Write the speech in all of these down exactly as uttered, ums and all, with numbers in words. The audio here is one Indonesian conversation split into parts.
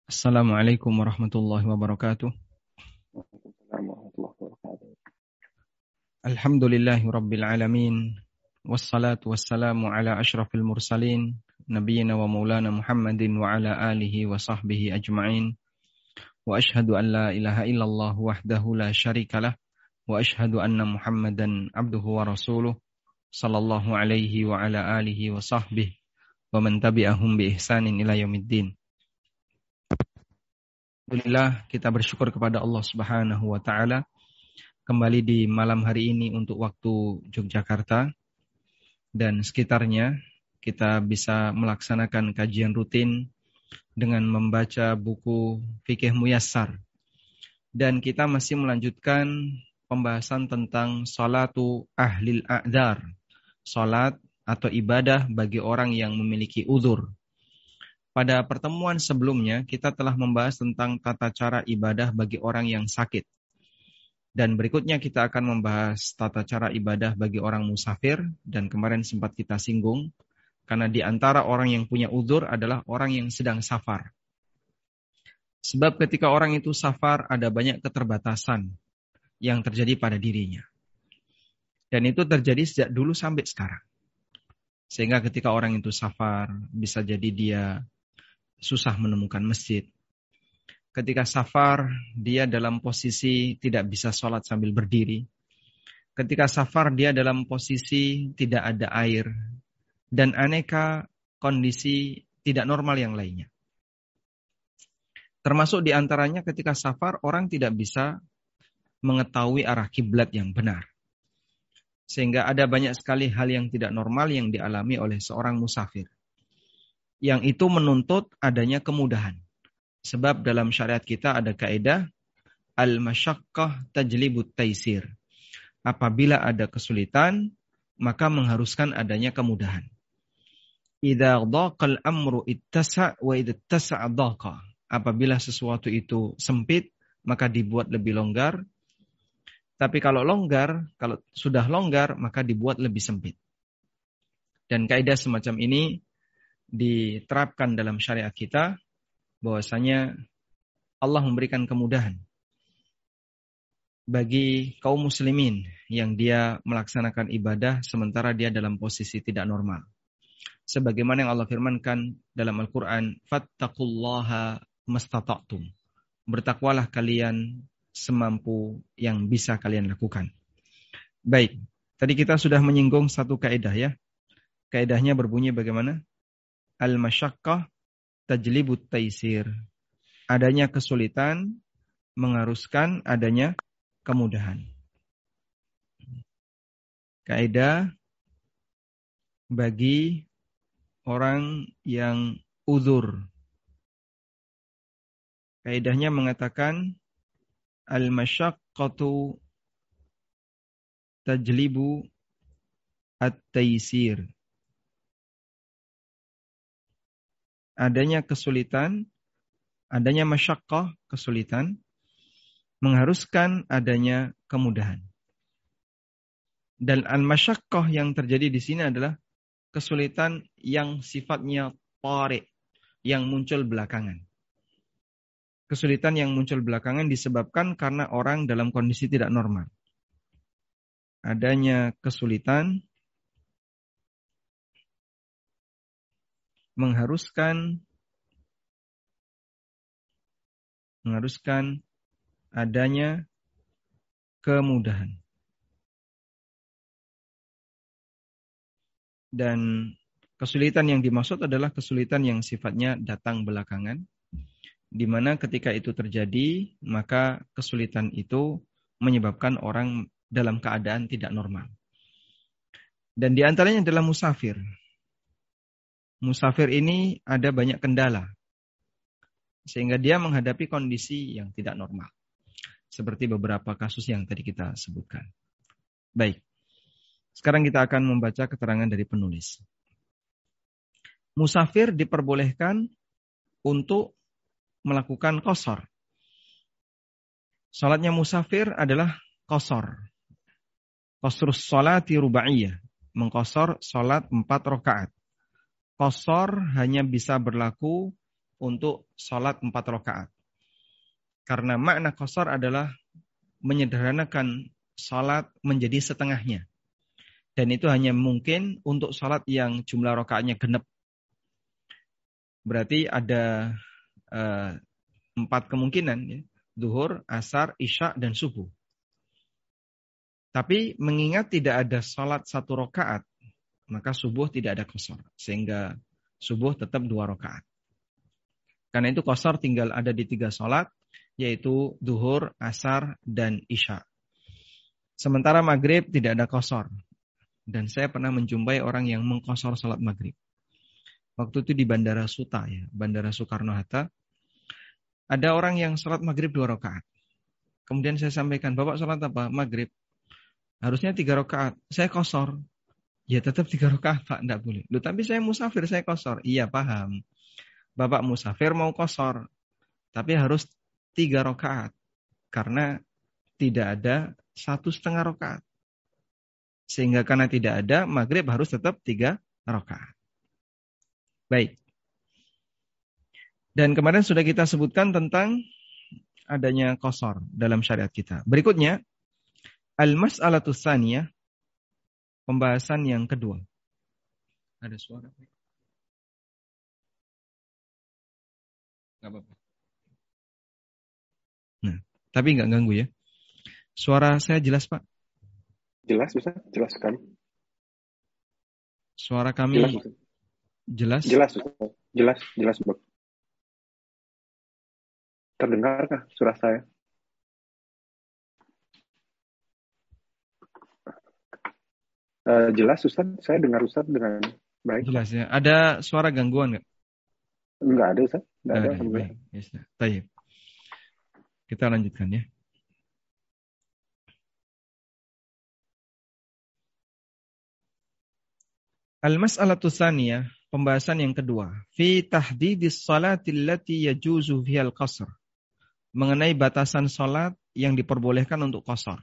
Assalamualaikum warahmatullahi wabarakatuh. Waalaikumsalam warahmatullahi wabarakatuh. Alhamdulillahi rabbil alamin. Wassalatu wassalamu ala ashrafil mursalin. Nabiyyina wa maulana Muhammadin wa ala alihi wa sahbihi ajma'in. Wa ashhadu an la ilaha illallah wahdahu la syarikalah. Wa ashhadu anna Muhammadan abduhu wa rasuluh. Sallallahu alaihi wa ala alihi wa sahbihi. Wa man tabi'ahum bi ihsanin ila yaumiddin. Alhamdulillah, kita bersyukur kepada Allah Subhanahu wa taala kembali di malam hari ini untuk waktu Yogyakarta dan sekitarnya kita bisa melaksanakan kajian rutin dengan membaca buku Fikih Muyassar. Dan kita masih melanjutkan pembahasan tentang salatu ahlil a'dzar, salat atau ibadah bagi orang yang memiliki uzur. Pada pertemuan sebelumnya, kita telah membahas tentang tata cara ibadah bagi orang yang sakit. Dan berikutnya kita akan membahas tata cara ibadah bagi orang musafir. Dan kemarin sempat kita singgung, karena di antara orang yang punya uzur adalah orang yang sedang safar. Sebab ketika orang itu safar, ada banyak keterbatasan yang terjadi pada dirinya. Dan itu terjadi sejak dulu sampai sekarang. Sehingga ketika orang itu safar, bisa jadi dia susah menemukan masjid. Ketika safar, dia dalam posisi tidak bisa sholat sambil berdiri. Ketika safar, dia dalam posisi tidak ada air. Dan aneka kondisi tidak normal yang lainnya. Termasuk diantaranya ketika safar, orang tidak bisa mengetahui arah kiblat yang benar. Sehingga ada banyak sekali hal yang tidak normal yang dialami oleh seorang musafir. Yang itu menuntut adanya kemudahan. Sebab dalam syariat kita ada kaidah al-masyaqqah tajlibut taisir. Apabila ada kesulitan, maka mengharuskan adanya kemudahan. Idza dhaqal amru ittasa' wa idza ittasa'a dhaqa. Apabila sesuatu itu sempit, maka dibuat lebih longgar. Tapi kalau longgar, kalau sudah longgar, maka dibuat lebih sempit. Dan kaidah semacam ini diterapkan dalam syariat kita, bahwasanya Allah memberikan kemudahan bagi kaum muslimin yang dia melaksanakan ibadah sementara dia dalam posisi tidak normal. Sebagaimana yang Allah firmankan dalam Al-Quran, fattaqullaha mastata'tum. Bertakwalah kalian semampu yang bisa kalian lakukan. Baik, tadi kita sudah menyinggung satu kaidah ya. Kaidahnya berbunyi bagaimana? Al-masyaqqah tajlibut taisir. Adanya kesulitan mengharuskan adanya kemudahan. Kaidah bagi orang yang uzur. Kaidahnya mengatakan al-masyaqqatu tajlibu at-taisir. Adanya kesulitan, adanya masyaqqah, kesulitan, mengharuskan adanya kemudahan. Dan al-masyaqqah yang terjadi di sini adalah kesulitan yang sifatnya tari', yang muncul belakangan. Kesulitan yang muncul belakangan disebabkan karena orang dalam kondisi tidak normal. Adanya kesulitan mengharuskan mengharuskan adanya kemudahan. Dan kesulitan yang dimaksud adalah kesulitan yang sifatnya datang belakangan, di mana ketika itu terjadi, maka kesulitan itu menyebabkan orang dalam keadaan tidak normal. Dan di antaranya adalah musafir. Musafir ini ada banyak kendala, sehingga dia menghadapi kondisi yang tidak normal. Seperti beberapa kasus yang tadi kita sebutkan. Baik, sekarang kita akan membaca keterangan dari penulis. Musafir diperbolehkan untuk melakukan qashar. Salatnya musafir adalah qashar. Qasrus sholati rubaiyah, mengqashar salat empat rakaat. Qashar hanya bisa berlaku untuk sholat empat rakaat. Karena makna qasar adalah menyederhanakan sholat menjadi setengahnya. Dan itu hanya mungkin untuk sholat yang jumlah rakaatnya genep. Berarti ada uh, empat kemungkinan, ya. Zuhur, asar, isya, dan subuh. Tapi mengingat tidak ada sholat satu rakaat, maka subuh tidak ada qasar. Sehingga subuh tetap dua rakaat. Karena itu qasar tinggal ada di tiga sholat, yaitu zuhur, asar, dan isya. Sementara maghrib tidak ada qasar. Dan saya pernah menjumpai orang yang mengqasar sholat maghrib. Waktu itu di Bandara Suta, ya, Bandara Soekarno-Hatta. Ada orang yang sholat maghrib dua rakaat. Kemudian saya sampaikan, Bapak sholat apa? Maghrib. Harusnya tiga rakaat. Saya qasar. Ya tetap tiga rakaat, Pak. Tidak boleh. Loh, tapi saya musafir, saya qasar. Iya, paham. Bapak musafir mau qasar. Tapi harus tiga rakaat. Karena tidak ada satu setengah rakaat. Sehingga karena tidak ada, maghrib harus tetap tiga rakaat. Baik. Dan kemarin sudah kita sebutkan tentang adanya qasar dalam syariat kita. Berikutnya, al-mas'alatu tsaniyah, pembahasan yang kedua. Ada suara? Enggak apa-apa. Nah, tapi enggak ganggu ya. Suara saya jelas, Pak? Jelas, Ustaz? Jelas sekali. Suara kami jelas, Ustaz. Jelas? Jelas, Ustaz. Jelas, jelas, Bang. Terdengarkah suara saya? Uh, jelas, Ustaz. Saya dengar Ustaz dengan baik. Jelas ya. Ada suara gangguan nggak? Enggak ada, Ustaz. Enggak ada. ada. Baik. Yes, baik. Kita lanjutkan ya. Al-mas'alatu tsaniyah, pembahasan yang kedua. Fi tahdidis salati allati yajuzu fiha al-qasr. Mengenai batasan salat yang diperbolehkan untuk qasar.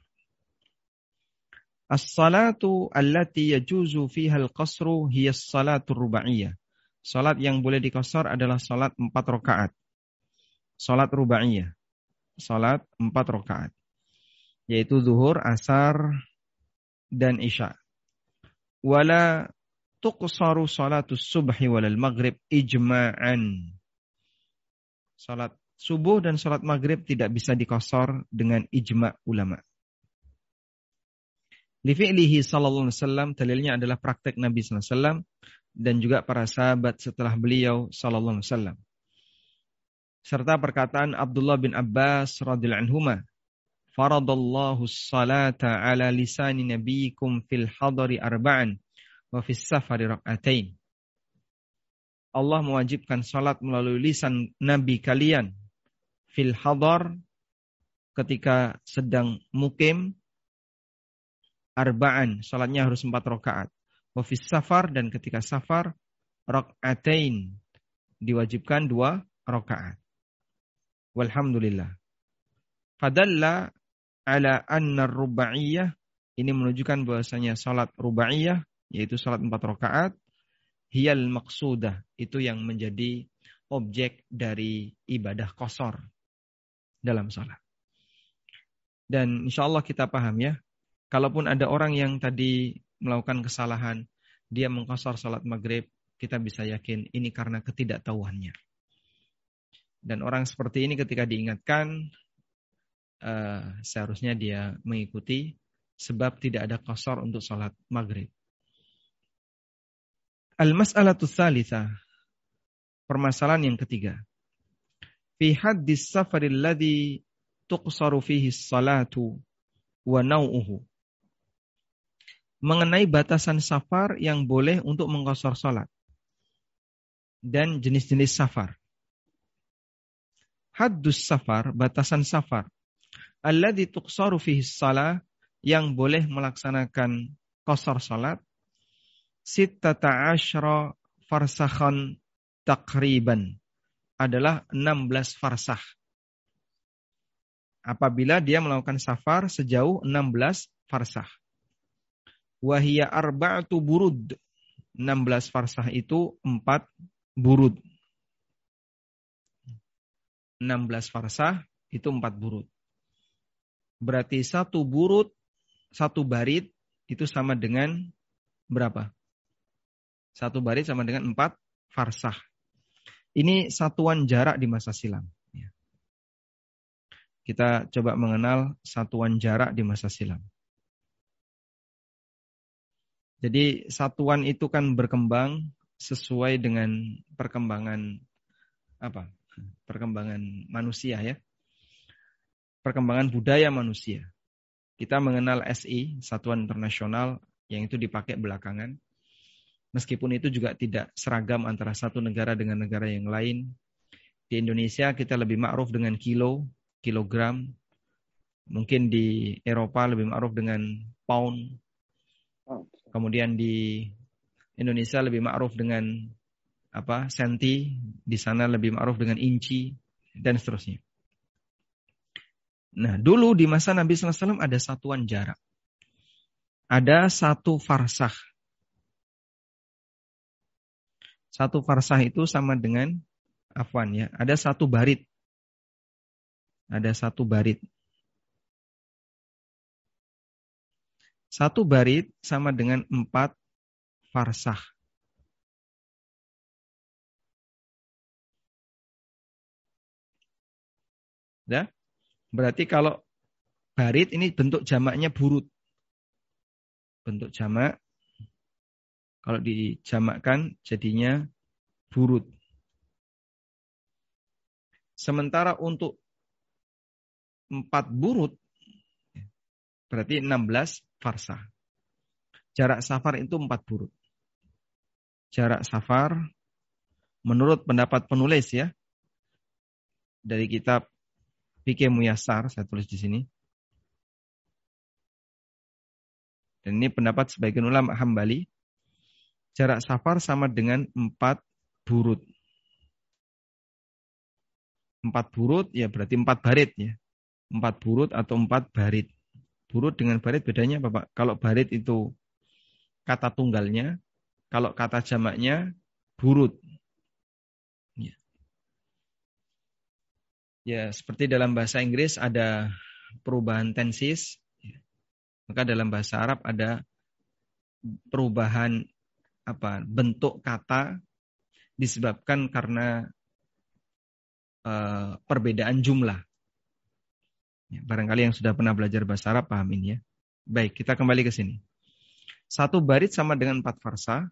As-salatu allati yajuzu fiha al-qasru hiya as-salatu rubaiyah. Salat yang boleh diqasar adalah salat empat rakaat. Salat rubaiyah. Salat empat rakaat. Yaitu zuhur, asar, dan isya. Wala tuqsaru salatus subhi walal maghrib ijma'an. Salat subuh dan salat maghrib tidak bisa diqasar dengan ijma' ulama. Li fi'lihi sallallahu alaihi wasallam, dalilnya adalah praktek Nabi sallallahu alaihi wasallam dan juga para sahabat setelah beliau sallallahu alaihi wasallam. Serta perkataan Abdullah bin Abbas radhiyallahu anhuma, faradallahu as-salata ala lisani nabiyikum fil hadari arba'an wa fis safari rak'atain. Allah mewajibkan salat melalui lisan nabi kalian fil hadar, ketika sedang mukim, arba'an, salatnya harus empat rakaat. Wa fis safar, dan ketika safar, rak'atain, diwajibkan dua rakaat. Walhamdulillah. Fadalla ala anna rubaiyah, ini menunjukkan bahwasanya salat rubaiyah, yaitu salat empat rakaat, hiyal maqsudah, itu yang menjadi objek dari ibadah qasar dalam salat. Dan insyaallah kita paham ya, kalaupun ada orang yang tadi melakukan kesalahan, dia mengqasar salat maghrib, kita bisa yakin ini karena ketidaktahuannya. Dan orang seperti ini ketika diingatkan, uh, seharusnya dia mengikuti, sebab tidak ada qasar untuk salat maghrib. Al-mas'alatu tsalitsah, permasalahan yang ketiga. Fi haddis safaril ladzi tuqsaru fihi as-salatu wa nau'uhu. Mengenai batasan safar yang boleh untuk mengqasar salat dan jenis-jenis safar. Haddus safar, batasan safar, alladzi tuqsaru fihi as-salah, yang boleh melaksanakan qasar salat, sittata asyra farsakhan takriban, adalah enam belas farsakh. Apabila dia melakukan safar sejauh enam belas farsakh. Wahia arba'atu burud, enam belas farsakh itu empat burud. enam belas farsah itu empat burut. Berarti satu burut, satu barit itu sama dengan berapa? Satu barit sama dengan empat farsah. Ini satuan jarak di masa silam. Kita coba mengenal satuan jarak di masa silam. Jadi satuan itu kan berkembang sesuai dengan perkembangan apa? Perkembangan manusia ya. Perkembangan budaya manusia. Kita mengenal S I, Satuan Internasional, yang itu dipakai belakangan. Meskipun itu juga tidak seragam antara satu negara dengan negara yang lain. Di Indonesia kita lebih ma'ruf dengan kilo, kilogram. Mungkin di Eropa lebih ma'ruf dengan pound. Kemudian di Indonesia lebih ma'ruf dengan apa? Senti. Di sana lebih ma'ruf dengan inci dan seterusnya. Nah, dulu di masa Nabi sallallahu alaihi wasallam ada satuan jarak. Ada satu farsah. Satu farsah itu sama dengan, afwan ya, ada satu barit. Ada satu barit. Satu barit sama dengan empat farsah. Ya? Berarti kalau barit ini bentuk jamaknya burut. Bentuk jamak. Kalau dijamakkan jadinya burut. Sementara untuk empat burut berarti enam belas farsah. Jarak safar itu empat burut. Jarak safar menurut pendapat penulis ya. Dari kitab Fiqh Muyassar, saya tulis di sini. Dan ini pendapat sebagian ulama Hambali. Jarak safar sama dengan empat burut. Empat burut ya berarti empat barit ya. Empat burut atau empat barit. Burut dengan barit bedanya apa Pak? Kalau barit itu kata tunggalnya. Kalau kata jamaknya burut. Ya. Ya, seperti dalam bahasa Inggris ada perubahan tenses. Maka dalam bahasa Arab ada perubahan apa bentuk kata disebabkan karena uh, perbedaan jumlah. Ya, barangkali yang sudah pernah belajar bahasa Arab paham ini ya. Baik, kita kembali ke sini. Satu barit sama dengan empat farsah.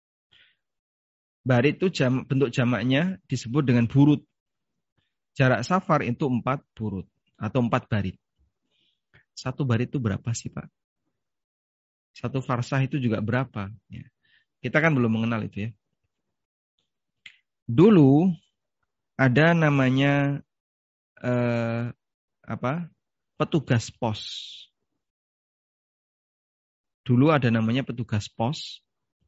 Barit itu jam, bentuk jamaknya disebut dengan burut. Jarak safar itu empat burut atau empat barit. Satu barit itu berapa sih Pak? Satu farsah itu juga berapa? Ya. Kita kan belum mengenal itu ya. Dulu ada namanya eh, apa? Petugas pos. Dulu ada namanya petugas pos.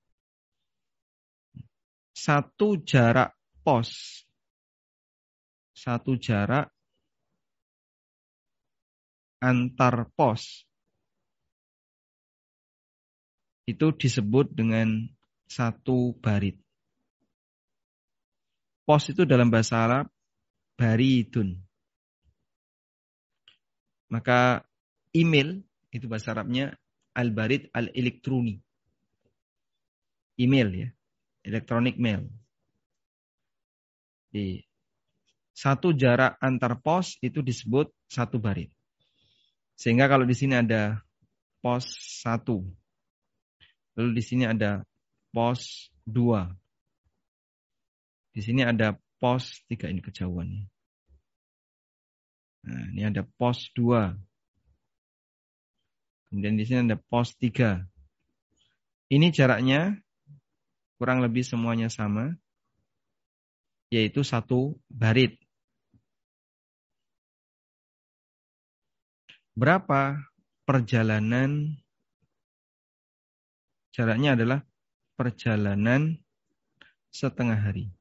Satu jarak pos. Satu jarak antar pos. Itu disebut dengan satu barit. Pos itu dalam bahasa Arab baridun. Maka email itu bahasa Arabnya al-barid al-elektroni. Email ya. Electronic mail. Di satu jarak antar pos itu disebut satu barit. Sehingga kalau di sini ada pos satu. Lalu di sini ada pos dua. Di sini ada pos tiga, ini kejauhan. Nah, ini ada pos dua. Kemudian di sini ada pos tiga. Ini jaraknya kurang lebih semuanya sama. Yaitu satu barit. Berapa perjalanan? Jaraknya adalah perjalanan setengah hari.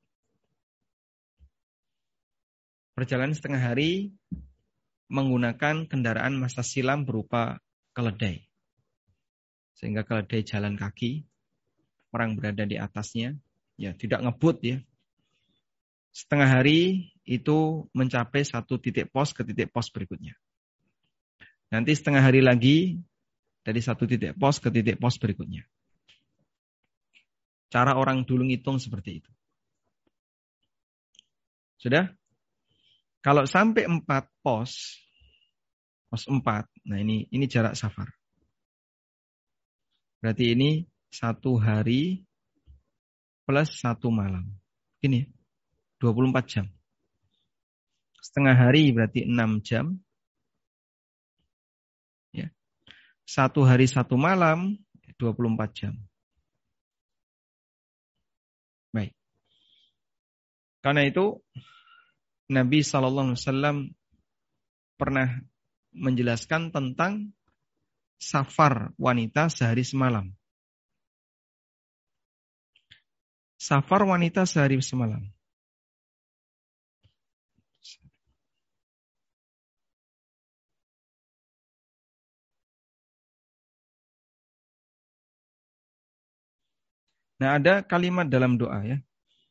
Perjalanan setengah hari menggunakan kendaraan masa silam berupa keledai. Sehingga keledai jalan kaki, orang berada di atasnya, ya tidak ngebut ya. Setengah hari itu mencapai satu titik pos ke titik pos berikutnya. Nanti setengah hari lagi dari satu titik pos ke titik pos berikutnya. Cara orang dulu ngitung seperti itu. Sudah? Kalau sampai empat pos, pos empat, nah ini ini jarak safar. Berarti ini satu hari plus satu malam. Ini dua puluh empat jam. Setengah hari berarti enam jam. Ya. Satu hari satu malam dua puluh empat jam. Baik. Karena itu Nabi shallallahu alaihi wasallam pernah menjelaskan tentang safar wanita sehari semalam. Safar wanita sehari semalam. Nah, ada kalimat dalam doa ya.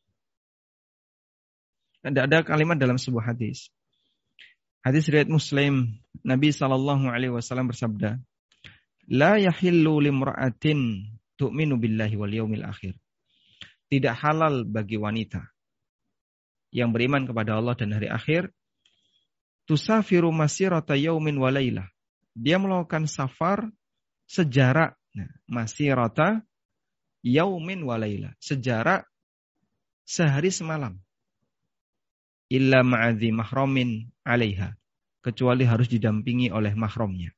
Ada ada kalimat dalam sebuah hadis. Hadis riwayat Muslim, Nabi sallallahu alaihi wasallam bersabda, "La yahillu limra'atin tu'minu billahi wal yaumil akhir." Tidak halal bagi wanita yang beriman kepada Allah dan hari akhir, tusafiru masirata yaumin wa lailah. Dia melakukan safar sejarak nah, masirata yaumin wa lailah, sejarak sehari semalam. Illa ma'adzi mahramin 'alaiha, kecuali harus didampingi oleh mahramnya.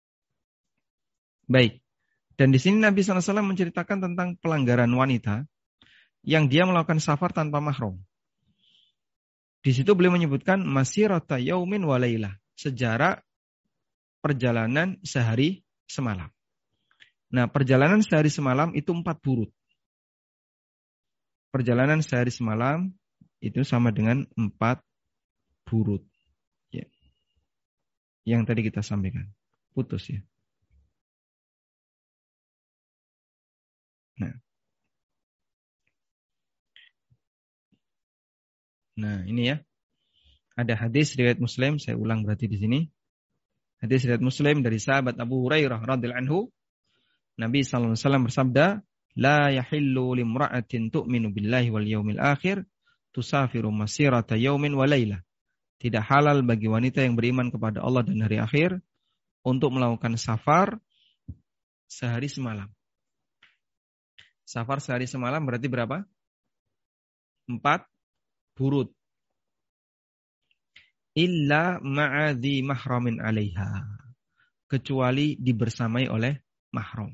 Baik. Dan di sini Nabi sallallahu alaihi wasallam menceritakan tentang pelanggaran wanita yang dia melakukan safar tanpa mahram. Di situ beliau menyebutkan masirata yaumin wa lailah, sejarak perjalanan sehari semalam. Nah, perjalanan sehari semalam itu empat burut. Perjalanan sehari semalam itu sama dengan empat burut. Ya. Yang tadi kita sampaikan. Putus ya. Nah. Nah, ini ya. Ada hadis riwayat Muslim, saya ulang berarti di sini. Hadis riwayat Muslim dari sahabat Abu Hurairah radhiyallahu anhu, Nabi sallallahu alaihi wasallam bersabda, "La yahillu limra'atin tu'minu billahi wal yaumil akhir tusafiru masirata yaumin wa lailah." Tidak halal bagi wanita yang beriman kepada Allah dan hari akhir untuk melakukan safar sehari semalam. Safar sehari semalam berarti berapa? Empat burut. Illa ma'adzi mahramin 'alaiha. Kecuali dibersamai oleh mahram.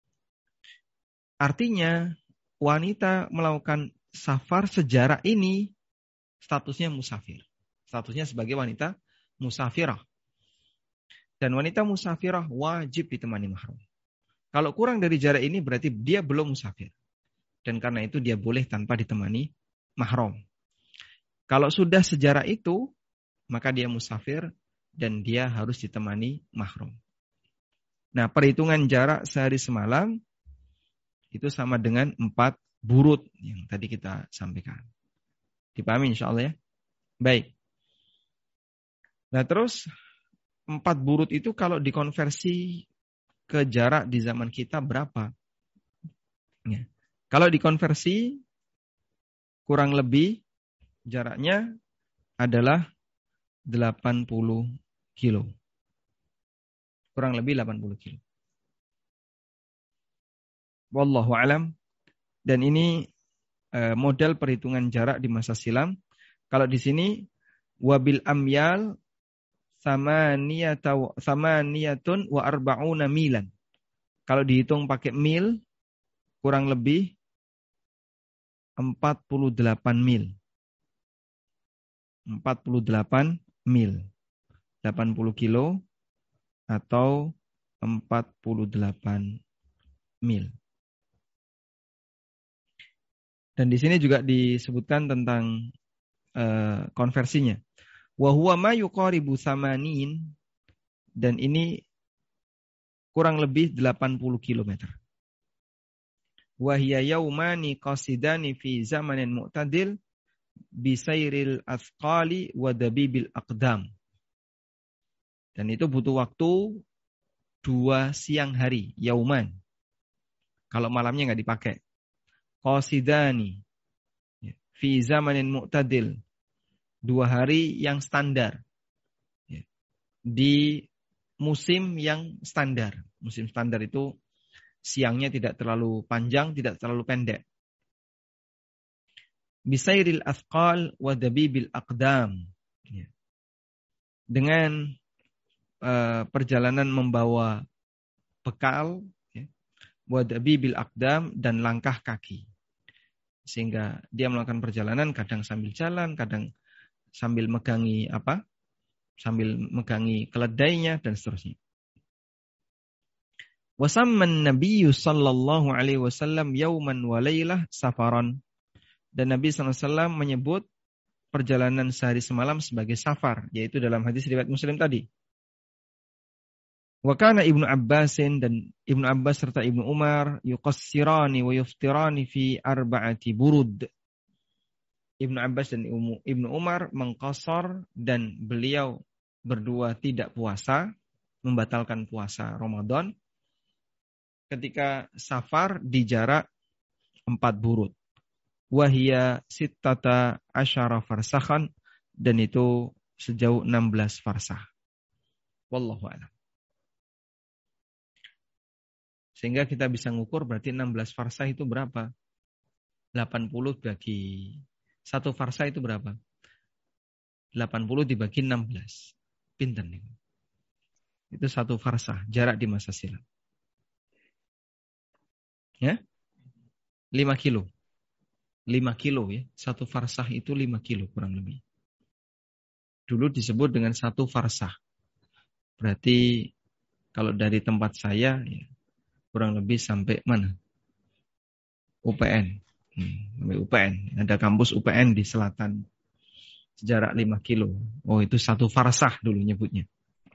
Artinya wanita melakukan safar sejarak ini statusnya musafir. Statusnya sebagai wanita musafirah. Dan wanita musafirah wajib ditemani mahram. Kalau kurang dari jarak ini berarti dia belum musafir. Dan karena itu dia boleh tanpa ditemani mahram. Kalau sudah sejarak itu, maka dia musafir dan dia harus ditemani mahram. Nah, perhitungan jarak sehari semalam itu sama dengan empat burut yang tadi kita sampaikan. Dipahami insya Allah ya? Baik. Nah terus empat burut itu kalau dikonversi ke jarak di zaman kita berapa? Ya. Kalau dikonversi kurang lebih jaraknya adalah delapan puluh kilo. Kurang lebih delapan puluh kilo. Wallahu alam. Dan ini eh, model perhitungan jarak di masa silam. Kalau di sini wabil amyal sama niyatun wa arba'una milan. Kalau dihitung pakai mil kurang lebih empat puluh delapan mil. empat puluh delapan mil. delapan puluh kilo atau empat puluh delapan mil. Dan di sini juga disebutkan tentang uh, konversinya. Wa huwa ma yuqaribu samanin, dan ini kurang lebih delapan puluh kilometer. Wa hiya yaumani qasidani fi zamanin mu'tadil bisairil athqali wa dabibil aqdam. Dan itu butuh waktu dua siang hari, yauman. Kalau malamnya nggak dipakai. Qasidani fi zamanin mu'tadil. Dua hari yang standar. Di musim yang standar. Musim standar itu siangnya tidak terlalu panjang, tidak terlalu pendek. Bisairil athqal wa dabibil aqdam. Dengan uh, perjalanan membawa bekal, wa dabibil aqdam, dan langkah kaki. Sehingga dia melakukan perjalanan kadang sambil jalan, kadang sambil megangi apa? Sambil megangi keledainya dan seterusnya. Wasamman Nabiyyu sallallahu alaihi wasallam yauman wa lailah safaran. Dan Nabi sallallahu alaihi wasallam menyebut perjalanan sehari semalam sebagai safar, yaitu dalam hadis riwayat Muslim tadi. Wa kana Ibnu Abbasin, dan Ibnu Abbas serta Ibnu Umar yuqassirani wa yuftirani fi arba'ati burud. Ibnu Abbas dan Ibnu Umar mengqasar dan beliau berdua tidak puasa, membatalkan puasa Ramadan ketika safar di jarak empat burud. Wahia sittata asyara farsakhan, dan itu sejauh enam belas farsah. Wallahu a'lam. Sehingga kita bisa ngukur berarti enam belas farsah itu berapa? delapan puluh bagi satu farsah itu berapa? delapan puluh dibagi enam belas. Pinter nih. Itu satu farsah, jarak di masa silam. Ya? lima kilo. lima kilo ya. Satu farsah itu lima kilo kurang lebih. Dulu disebut dengan satu farsah. Berarti kalau dari tempat saya ya, kurang lebih sampai mana? U P N. Hmm, U P N. Ada kampus U P N di selatan. Jarak lima kilo. Oh, itu satu farsah dulu nyebutnya.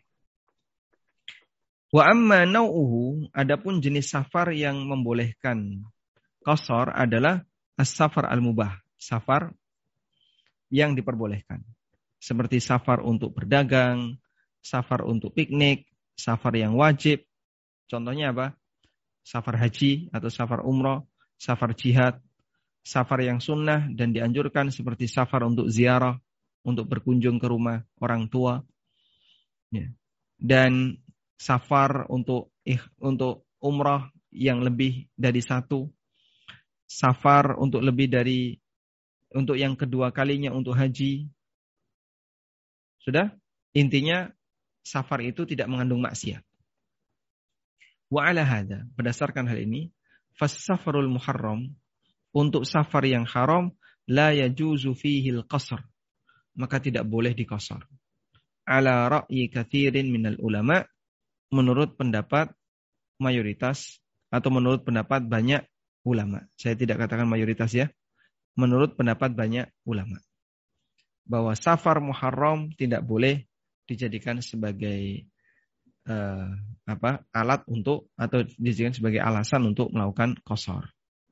Wa amma nau'uhu, adapun jenis safar yang membolehkan qasar adalah as-safar al-mubah, safar yang diperbolehkan. Seperti safar untuk berdagang, safar untuk piknik, safar yang wajib. Contohnya apa? Safar haji atau safar umroh, safar jihad, safar yang sunnah dan dianjurkan seperti safar untuk ziarah, untuk berkunjung ke rumah orang tua. Ya. Dan safar untuk untuk umroh yang lebih dari satu. Safar untuk lebih dari, untuk yang kedua kalinya untuk haji. Sudah? Intinya safar itu tidak mengandung maksiat. Wa ala hadza, berdasarkan hal ini, fas-safarul muharram, untuk safar yang haram, la yajuzu fihi al-qasr, maka tidak boleh diqasar. Ala ra'yi katsirin minal ulama, menurut pendapat mayoritas atau menurut pendapat banyak ulama. Saya tidak katakan mayoritas ya. Menurut pendapat banyak ulama. Bahwa safar muharram tidak boleh dijadikan sebagai uh, apa alat untuk, atau dijadikan sebagai alasan untuk melakukan qasar.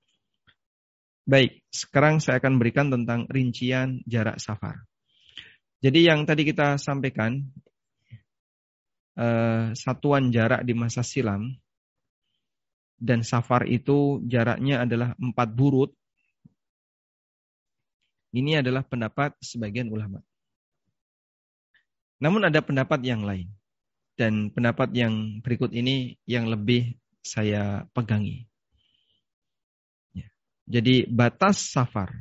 Baik, sekarang saya akan berikan tentang rincian jarak safar. Jadi yang tadi kita sampaikan, uh, satuan jarak di masa silam dan safar itu jaraknya adalah empat burud. Ini adalah pendapat sebagian ulama. Namun ada pendapat yang lain. Dan pendapat yang berikut ini yang lebih saya pegangi. Ya. Jadi batas safar.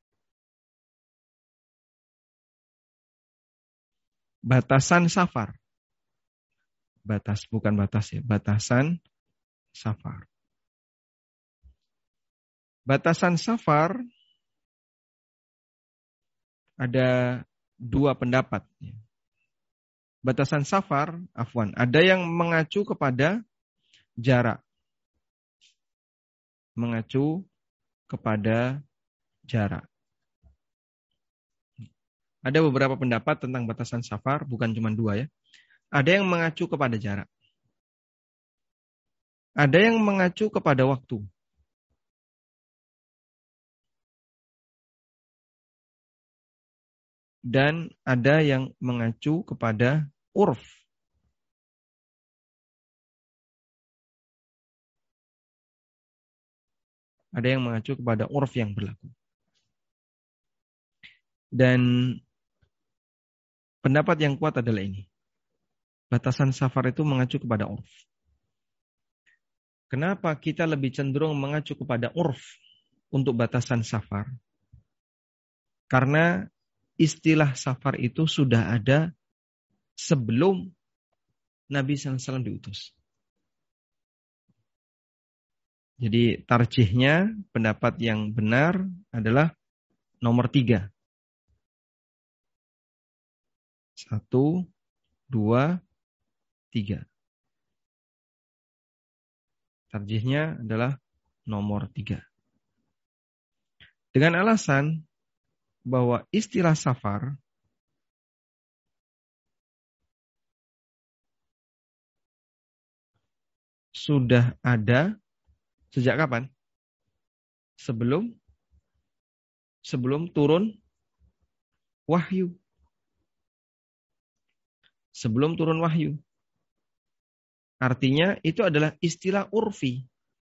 Batasan safar. Batas, bukan batas ya. Batasan safar. Batasan safar ada dua pendapat. Batasan safar, afwan, ada yang mengacu kepada jarak. Mengacu kepada jarak. Ada beberapa pendapat tentang batasan safar, bukan cuma dua ya. Ada yang mengacu kepada jarak. Ada yang mengacu kepada waktu. dan ada yang mengacu kepada urf. Ada yang mengacu kepada urf yang berlaku. Dan pendapat yang kuat adalah ini. Batasan safar itu mengacu kepada urf. Kenapa kita lebih cenderung mengacu kepada urf untuk batasan safar? Karena istilah safar itu sudah ada sebelum Nabi shallallahu alaihi wasallam diutus. Jadi tarjihnya, pendapat yang benar adalah nomor tiga. Satu, dua, tiga. Tarjihnya adalah nomor tiga. Dengan alasan bahwa istilah safar sudah ada sejak kapan? Sebelum sebelum turun wahyu. Sebelum turun wahyu. Artinya itu adalah istilah urfi.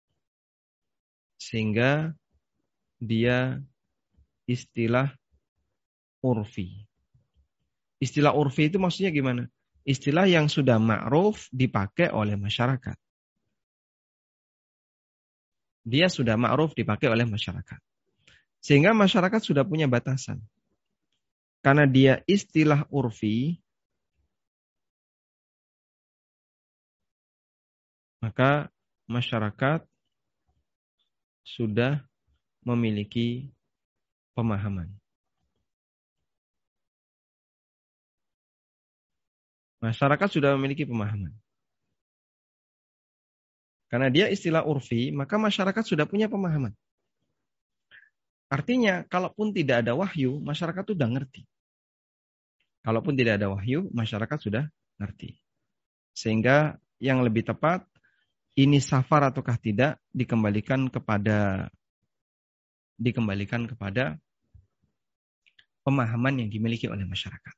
Sehingga dia istilah urfi. Istilah urfi itu maksudnya gimana? Istilah yang sudah ma'ruf dipakai oleh masyarakat. Dia sudah ma'ruf dipakai oleh masyarakat. Sehingga masyarakat sudah punya batasan. Karena dia istilah urfi, maka masyarakat sudah memiliki pemahaman. Masyarakat sudah memiliki pemahaman. Karena dia istilah urfi, maka masyarakat sudah punya pemahaman. Artinya, kalaupun tidak ada wahyu, masyarakat sudah ngerti. Kalaupun tidak ada wahyu, masyarakat sudah ngerti. Sehingga yang lebih tepat, ini safar ataukah tidak, dikembalikan kepada dikembalikan kepada pemahaman yang dimiliki oleh masyarakat.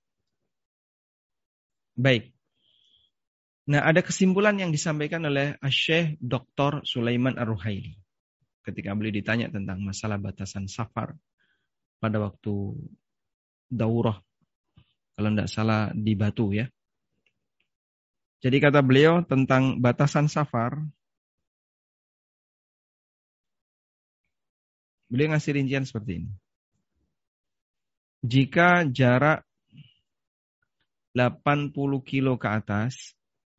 Baik. Nah, ada kesimpulan yang disampaikan oleh Syekh Doktor Sulaiman Ar-Ruhaili ketika beliau ditanya tentang masalah batasan safar pada waktu daurah, kalau tidak salah di Batu ya. Jadi kata beliau tentang batasan safar, beliau ngasih rincian seperti ini. Jika jarak delapan puluh kilo ke atas,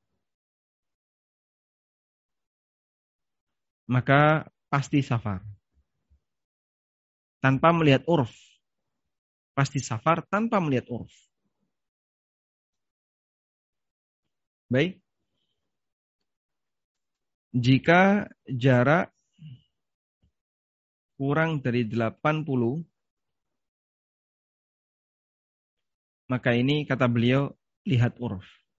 maka pasti safar. Tanpa melihat urf. Pasti safar tanpa melihat urf. Baik. Jika jarak kurang dari delapan puluh, maka ini kata beliau lihat urf.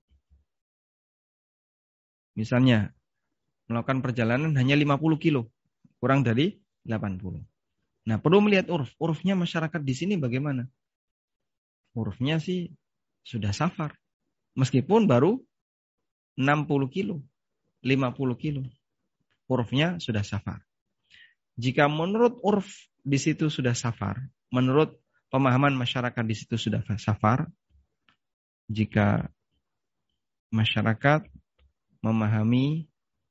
Misalnya melakukan perjalanan hanya lima puluh kilo, kurang dari delapan puluh. Nah, perlu melihat urf. Urfnya masyarakat di sini bagaimana? Urfnya sih sudah safar. Meskipun baru enam puluh kilo, lima puluh kilo. Urfnya sudah safar. Jika menurut urf di situ sudah safar, menurut pemahaman masyarakat di situ sudah safar, jika masyarakat memahami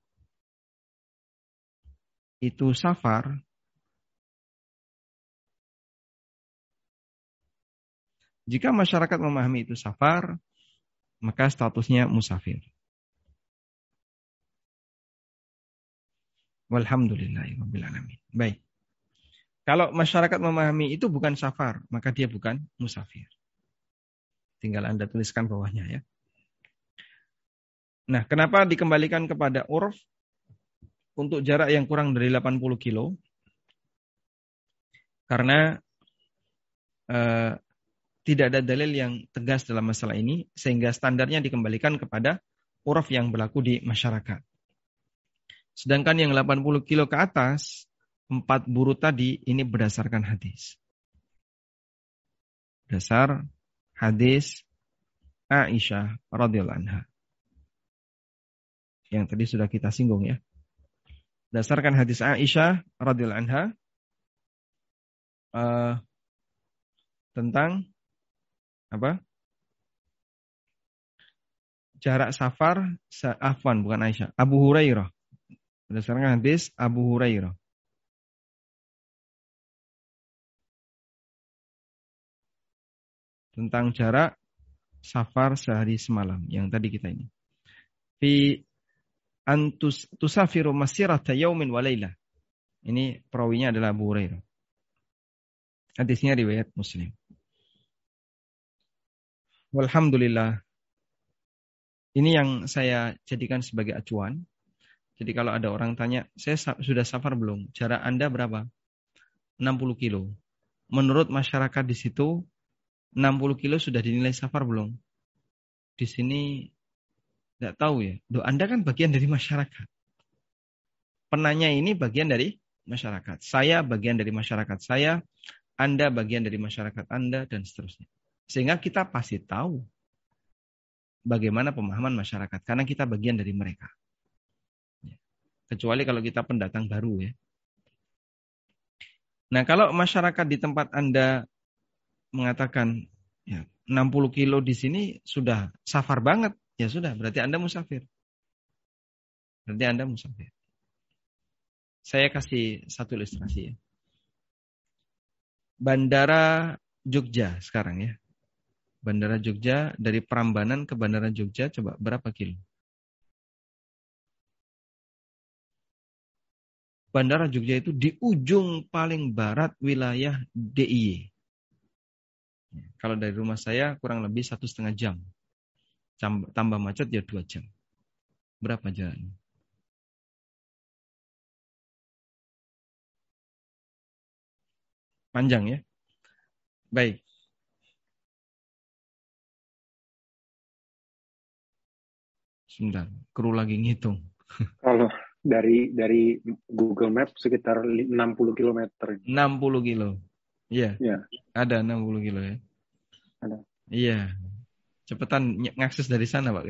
itu safar, jika masyarakat memahami itu safar, maka statusnya musafir. Walhamdulillahirabbil alamin. Baik. Kalau masyarakat memahami itu bukan safar, maka dia bukan musafir. Tinggal Anda tuliskan bawahnya ya. Nah, kenapa dikembalikan kepada urf untuk jarak yang kurang dari delapan puluh kilo? Karena eh, tidak ada dalil yang tegas dalam masalah ini, sehingga standarnya dikembalikan kepada urf yang berlaku di masyarakat. Sedangkan yang delapan puluh kilo ke atas, empat buru tadi ini berdasarkan hadis. Dasar hadis Aisyah radhiyallahu anha. Yang tadi sudah kita singgung ya. Dasarkan hadis Aisyah radhiyallahu anha uh, tentang apa? Jarak safar, afwan bukan Aisyah, Abu Hurairah. Berdasarkan hadis Abu Hurairah. Tentang jarak safar sehari semalam yang tadi kita ini. Fi antus tusafiru masirata yaumin wa lailah. Ini perawinya adalah Abu Hurairah. Hadisnya riwayat Muslim. Walhamdulillah. Ini yang saya jadikan sebagai acuan. Jadi kalau ada orang tanya, saya sudah safar belum? Jarak Anda berapa? enam puluh kilo. Menurut masyarakat di situ, enam puluh kilo sudah dinilai safar belum? Di sini tidak tahu ya. Loh, Anda kan bagian dari masyarakat. Penanya ini bagian dari masyarakat. Saya bagian dari masyarakat saya. Anda bagian dari masyarakat Anda dan seterusnya. Sehingga kita pasti tahu bagaimana pemahaman masyarakat. Karena kita bagian dari mereka. Kecuali kalau kita pendatang baru ya. Nah kalau masyarakat di tempat Anda mengatakan ya, enam puluh kilo di sini sudah safar banget. Ya sudah, berarti Anda musafir. Berarti Anda musafir. Saya kasih satu ilustrasi ya. Bandara Jogja sekarang ya. Bandara Jogja dari Prambanan ke Bandara Jogja coba berapa kilo? Bandara Jogja itu di ujung paling barat wilayah D I Y. Kalau dari rumah saya kurang lebih satu setengah jam. Tambah macet ya dua jam. Berapa jalan? Panjang ya. Baik. Sebentar, kru lagi ngitung. Kalau dari dari Google Maps sekitar enam puluh kilometer. enam puluh kilo. Iya. Ya. Ada enam puluh kilo ya. Ada. Iya. Cepetan ngakses dari sana, Pak.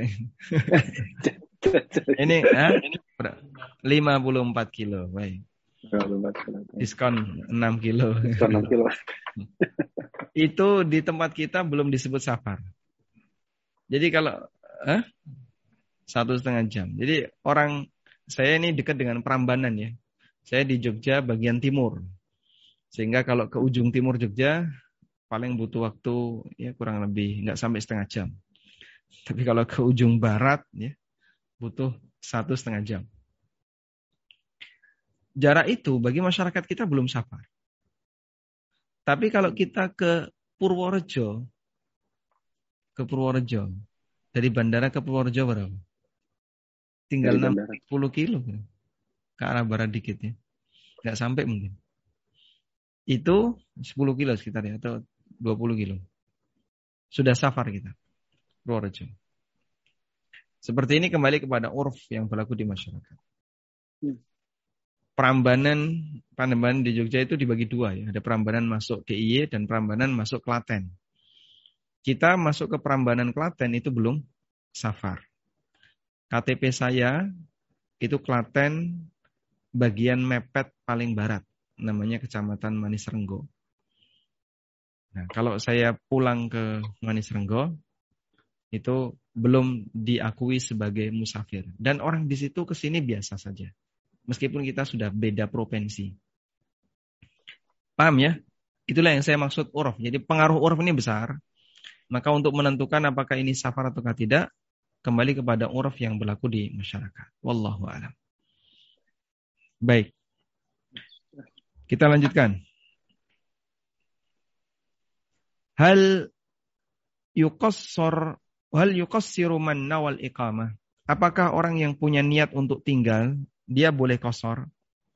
Ini ah, lima puluh empat kilo, baik. Diskon enam kilo. Diskon enam kilo. Itu di tempat kita belum disebut safar. Jadi kalau eh, satu setengah jam. Jadi orang saya ini dekat dengan Prambanan ya. Saya di Jogja bagian timur. Sehingga kalau ke ujung timur Jogja paling butuh waktu ya kurang lebih nggak sampai setengah jam. Tapi kalau ke ujung barat ya butuh satu setengah jam. Jarak itu bagi masyarakat kita belum safar. Tapi kalau kita ke Purworejo, ke Purworejo, dari bandara ke Purworejo berapa? Tinggal enam puluh kilo ke arah barat dikit ya. Nggak sampai mungkin. Itu sepuluh kilo sekitar ya, atau dua puluh kilo. Sudah safar kita. Purworejo. Seperti ini kembali kepada urf yang berlaku di masyarakat. Prambanan, Prambanan di Jogja itu dibagi dua ya. Ada Prambanan masuk D I Y dan Prambanan masuk Klaten. Kita masuk ke Prambanan Klaten itu belum safar. K T P saya itu Klaten bagian mepet paling barat. Namanya Kecamatan Manisrenggo. Nah, kalau saya pulang ke Manisrenggo itu belum diakui sebagai musafir. Dan orang di situ kesini biasa saja. Meskipun kita sudah beda provinsi. Paham ya? Itulah yang saya maksud urf. Jadi pengaruh urf ini besar. Maka untuk menentukan apakah ini safar atau tidak, kembali kepada urf yang berlaku di masyarakat. Wallahu a'lam. Baik. Kita lanjutkan. Hal yuqassar hal yuqassiru man nawal iqamah. Apakah orang yang punya niat untuk tinggal dia boleh qasar?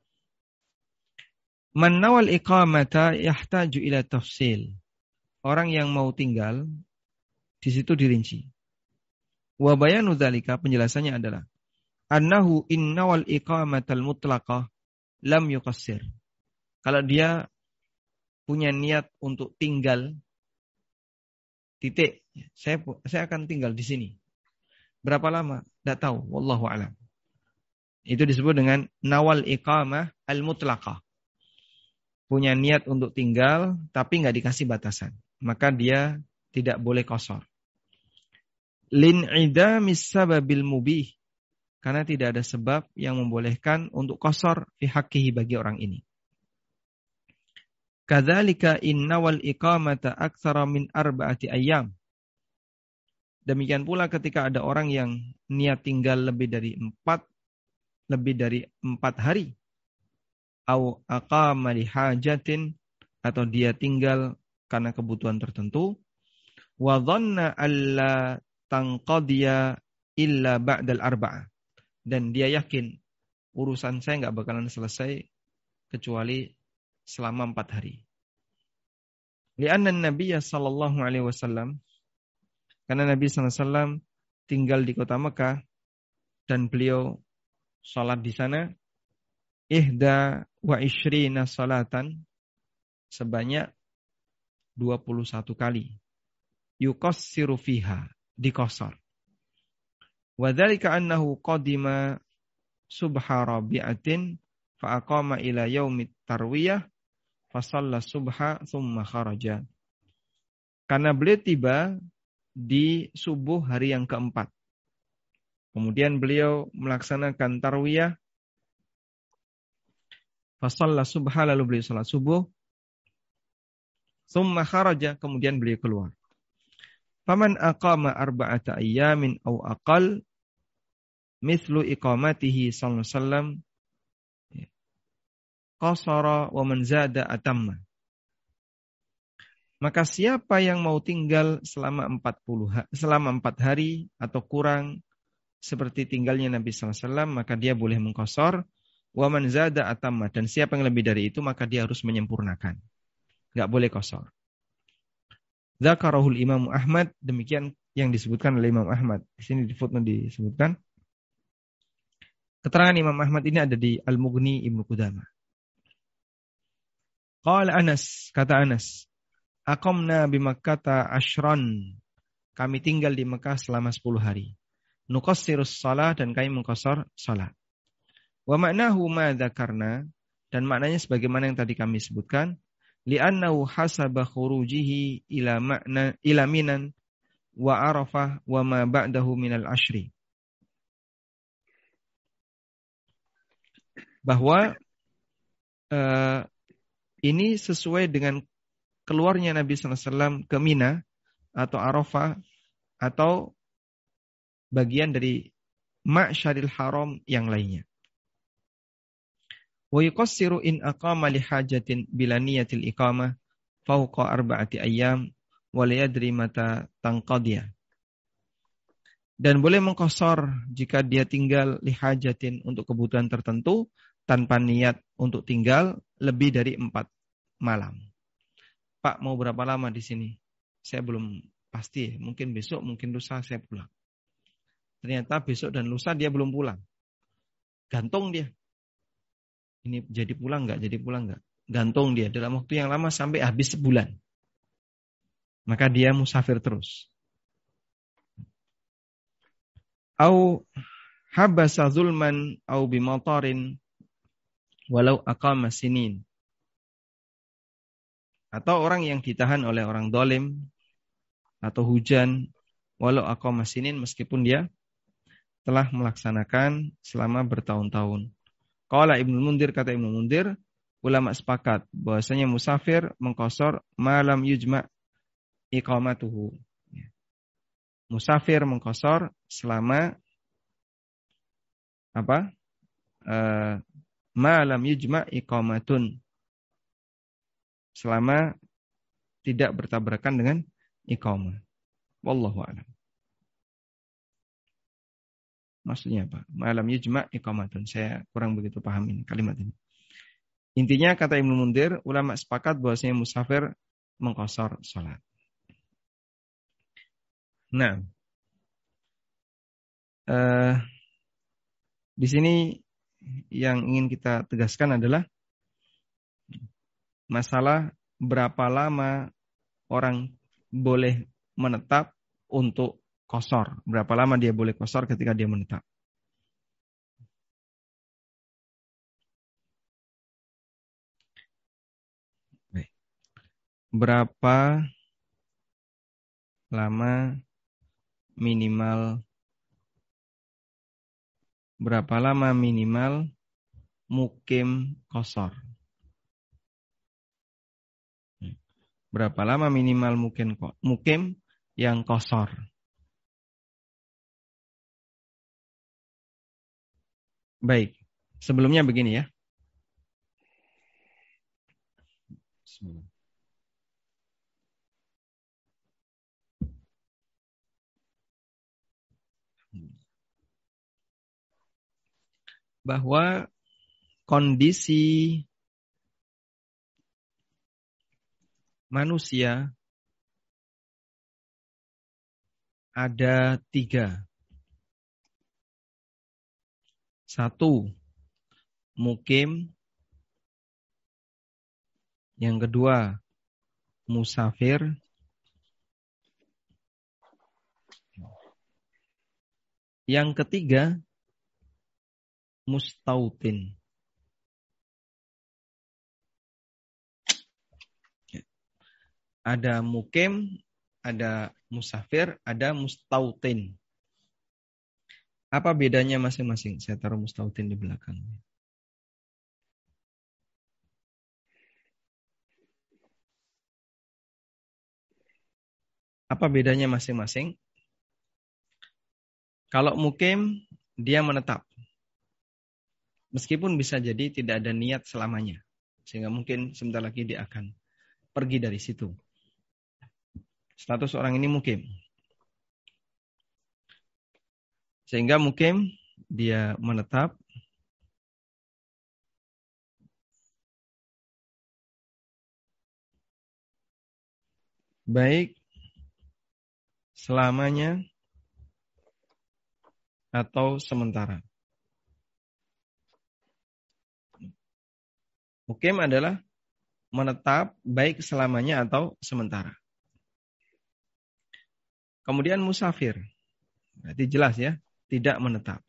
Man nawal iqamata yahtaju ila tafsil. Orang yang mau tinggal di situ dirinci. Wa bayanu dzalika, penjelasannya adalah annahu innawal iqamatal mutlaqah lam yuqassir. Kalau dia punya niat untuk tinggal titik. Saya saya akan tinggal di sini. Berapa lama? Tidak tahu. Wallahu a'lam. Itu disebut dengan nawal iqamah al-mutlaqah. Punya niat untuk tinggal, tapi nggak dikasih batasan. Maka dia tidak boleh qasar. Lin idamis sababil mubih. Karena tidak ada sebab yang membolehkan untuk qasar fi haqqihi bagi orang ini. Kadzalika innawal iqamata aktsara min arba'ati ayyam. Demikian pula ketika ada orang yang niat tinggal lebih dari empat, lebih dari empat hari. Au aqama li hajatin, atau dia tinggal karena kebutuhan tertentu. Wa dhanna alla tanqadiya illa ba'dal arba'ah. Dan dia yakin urusan saya nggak bakalan selesai kecuali selama empat hari. Li'anna Nabi sallallahu alaihi wasallam, karena Nabi sallallahu alaihi wasallam tinggal di kota Mekah dan beliau salat di sana ihda wa ishrina salatan, sebanyak dua puluh satu kali. Yuqassiru fiha, diqasar. Wa dzalika annahu qadima subha rabi'atin fa aqama ila yaumit tarwiyah fa shalla subha thumma kharaja. Karena beliau tiba di subuh hari yang keempat. Kemudian beliau melaksanakan tarwiyah. Fa shalla subha, lalu beliau salat subuh. Thumma kharaja, kemudian beliau keluar. Faman aqama arba'ata ayyamin aw aqal mithlu iqamatihi sallallahu alaihi wasallam qasara wa man zada atamma. Maka siapa yang mau tinggal selama empat puluh selama empat hari atau kurang seperti tinggalnya Nabi sallallahu alaihi wasallam, maka dia boleh mengqasar. Wa man zada atamma, dan siapa yang lebih dari itu maka dia harus menyempurnakan. Enggak boleh qasar. Dzakarahul Imam Ahmad, demikian yang disebutkan oleh Imam Ahmad. Di sini di footnote disebutkan. Keterangan Imam Ahmad ini ada di Al-Mughni Ibnu Qudamah. Qala Anas, kata Anas, aqamna bi Makkah ashran. Kami tinggal di Mekah selama sepuluh hari. Nuqassirus shalah, dan kami mengqasar salat. Wa ma'nahu ma dzakarna, dan maknanya sebagaimana yang tadi kami sebutkan. Li'annahu hasaba khurujihi ila ma'na ila minan wa arafah wa ma ba'dahu minal ashri. Bahwa uh, ini sesuai dengan keluarnya Nabi sallallahu alaihi wasallam ke Mina atau Arafah atau bagian dari Ma'syaril Haram yang lainnya. Wa yuqassiru in aqama li hajatin bila niyatil iqamah fawqa arba'ati ayyam wa la yadri mata tanqadiyah. Dan boleh mengqasar jika dia tinggal li hajatin untuk kebutuhan tertentu tanpa niat untuk tinggal lebih dari empat malam. Pak, mau berapa lama di sini? Saya belum pasti, mungkin besok, mungkin lusa saya pulang. Ternyata besok dan lusa dia belum pulang. Gantung dia. Ini jadi pulang enggak, jadi pulang enggak. Gantung dia dalam waktu yang lama sampai habis sebulan. Maka dia musafir terus. Au habasa zulman au bimatarin walau aqama sinin. Atau orang yang ditahan oleh orang dolim atau hujan walau aqama sinin, meskipun dia telah melaksanakan selama bertahun-tahun. Qala Ibnu Mundir, kata Ibnu Mundir, ulama sepakat bahwasanya musafir mengqasar malam yujma' iqamatuhu. Musafir mengqasar selama apa? Uh, malam yujma' iqamatun. Selama tidak bertabrakan dengan iqamah. Wallahu a'lam. Maksudnya apa? Malam yujma' iqamatun. Saya kurang begitu paham ini kalimat ini. Intinya kata Ibnu Mundir, ulama sepakat bahwasanya musafir mengqasar salat. Nah, uh, di sini yang ingin kita tegaskan adalah masalah berapa lama orang boleh menetap untuk qashar? Berapa lama dia boleh qashar ketika dia menetap? Berapa lama minimal berapa lama minimal mukim qashar? Berapa lama minimal mukim mukim yang qashar? Baik, sebelumnya begini ya. Bismillah. Bahwa kondisi manusia ada tiga. Satu, mukim. Yang kedua, musafir. Yang ketiga, mustautin. Ada mukim, ada musafir, ada mustautin. Apa bedanya masing-masing? Saya taruh mustautin di belakang. Apa bedanya masing-masing? Kalau mukim, dia menetap. Meskipun bisa jadi tidak ada niat selamanya. Sehingga mungkin sebentar lagi dia akan pergi dari situ. Status orang ini mukim. Sehingga mukim dia menetap. Baik selamanya atau sementara. Mukim adalah menetap baik selamanya atau sementara. Kemudian musafir. Berarti jelas ya, tidak menetap.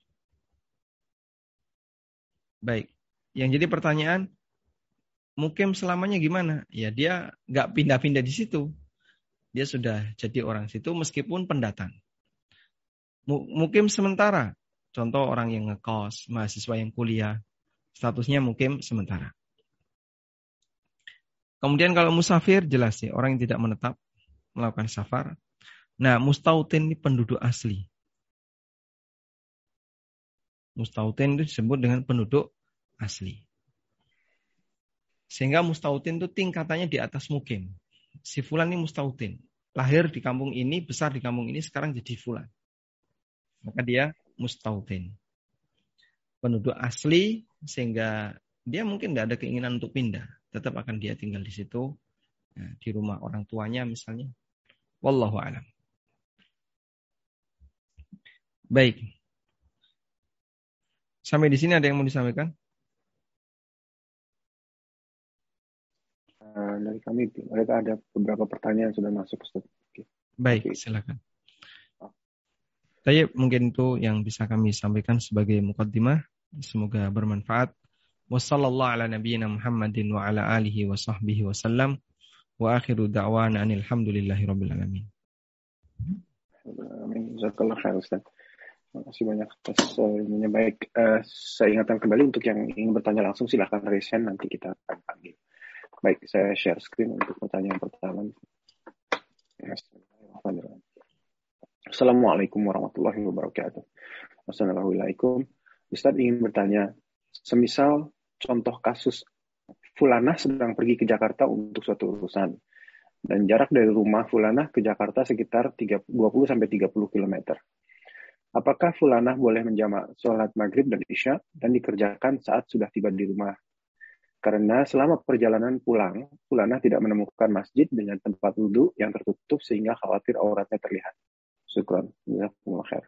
Baik. Yang jadi pertanyaan, mukim selamanya gimana? Ya dia nggak pindah-pindah di situ. Dia sudah jadi orang situ meskipun pendatang. Mukim sementara. Contoh orang yang ngekos, mahasiswa yang kuliah. Statusnya mukim sementara. Kemudian kalau musafir jelas ya, orang yang tidak menetap melakukan safar. Nah, mustautin ini penduduk asli. Mustautin itu disebut dengan penduduk asli. Sehingga mustautin itu tingkatannya di atas mukim. Si fulan ini mustautin. Lahir di kampung ini, besar di kampung ini, sekarang jadi fulan. Maka dia mustautin. Penduduk asli, sehingga dia mungkin tidak ada keinginan untuk pindah. Tetap akan dia tinggal di situ, nah, di rumah orang tuanya misalnya. Wallahu a'lam. Baik. Sampai di sini ada yang mau disampaikan? Uh, dari kami, mereka ada beberapa pertanyaan yang sudah masuk, Ustaz. Oke. Baik, Oke. Silakan. Tapi mungkin itu yang bisa kami sampaikan sebagai muqaddimah. Semoga bermanfaat. Wassallallahu ala nabiyyina Muhammadin wa ala alihi wa sahbihi wa sallam. Wa akhiru da'wana anil hamdulillahi rabbil alamin. Amin. Jazakallah khair, Ustaz. Terima kasih banyak atas ilmunya. Uh, Baik, uh, saya ingatkan kembali untuk yang ingin bertanya langsung silahkan raise hand, nanti kita akan panggil. Baik, saya share screen untuk pertanyaan pertama. Assalamualaikum warahmatullahi wabarakatuh. Wassalamualaikum. Ustaz ingin bertanya, semisal contoh kasus Fulanah sedang pergi ke Jakarta untuk suatu urusan, dan jarak dari rumah Fulanah ke Jakarta sekitar dua puluh sampai tiga puluh kilometer. Apakah Fulanah boleh menjamak sholat maghrib dan isya dan dikerjakan saat sudah tiba di rumah? Karena selama perjalanan pulang, Fulanah tidak menemukan masjid dengan tempat wudhu yang tertutup sehingga khawatir auratnya terlihat. Syukran. Jazakumullah khair.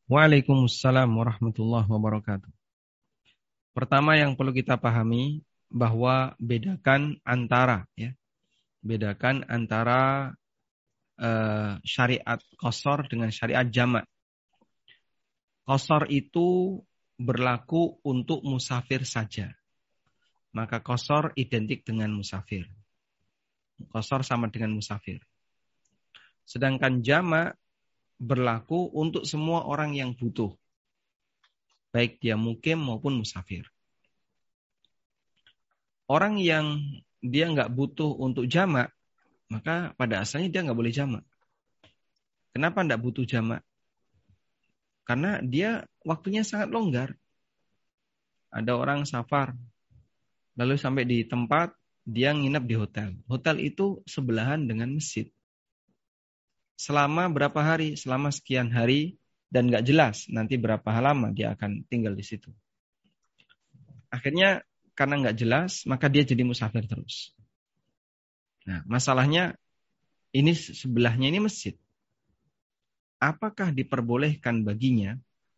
Waalaikumsalam warahmatullahi wabarakatuh. Pertama yang perlu kita pahami bahwa bedakan antara ya, bedakan antara uh, syariat qashar dengan syariat jamak. Qashar itu berlaku untuk musafir saja. Maka qashar identik dengan musafir. Qashar sama dengan musafir. Sedangkan jamak berlaku untuk semua orang yang butuh. Baik dia mukim maupun musafir. Orang yang dia nggak butuh untuk jamak, maka pada asalnya dia nggak boleh jamak. Kenapa nggak butuh jamak? Karena dia waktunya sangat longgar. Ada orang safar, lalu sampai di tempat, dia nginep di hotel. Hotel itu sebelahan dengan masjid. Selama berapa hari? Selama sekian hari. Dan nggak jelas nanti berapa lama dia akan tinggal di situ. Akhirnya karena nggak jelas, maka dia jadi musafir terus. Nah, masalahnya ini sebelahnya ini masjid. Apakah diperbolehkan baginya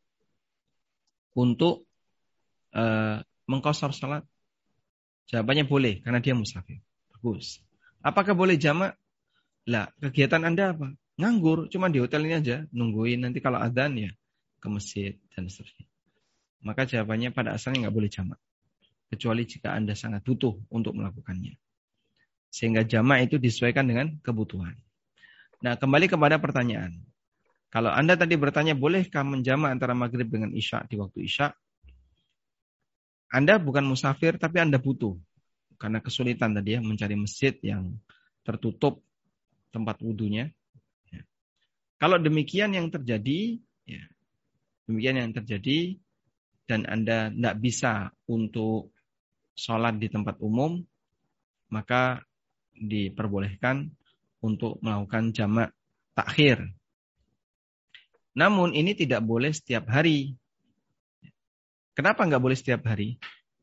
untuk uh, mengqashar salat? Jawabannya boleh, karena dia musafir. Bagus. Apakah boleh jamak? Lah, kegiatan Anda apa? Nganggur, cuma di hotel ini aja, nungguin nanti kalau adzan ya ke masjid dan seterusnya. Maka jawabannya pada asalnya nggak boleh jamak. Kecuali jika Anda sangat butuh untuk melakukannya. Sehingga jamak itu disesuaikan dengan kebutuhan. Nah, kembali kepada pertanyaan. Kalau Anda tadi bertanya, bolehkah menjamak antara maghrib dengan isya di waktu isya? Anda bukan musafir, tapi Anda butuh. Karena kesulitan tadi ya, mencari masjid yang tertutup tempat wudunya. Ya. Kalau demikian yang terjadi, ya, demikian yang terjadi, dan Anda tidak bisa untuk sholat di tempat umum, maka diperbolehkan untuk melakukan jamak takhir. Namun ini tidak boleh setiap hari. Kenapa nggak boleh setiap hari?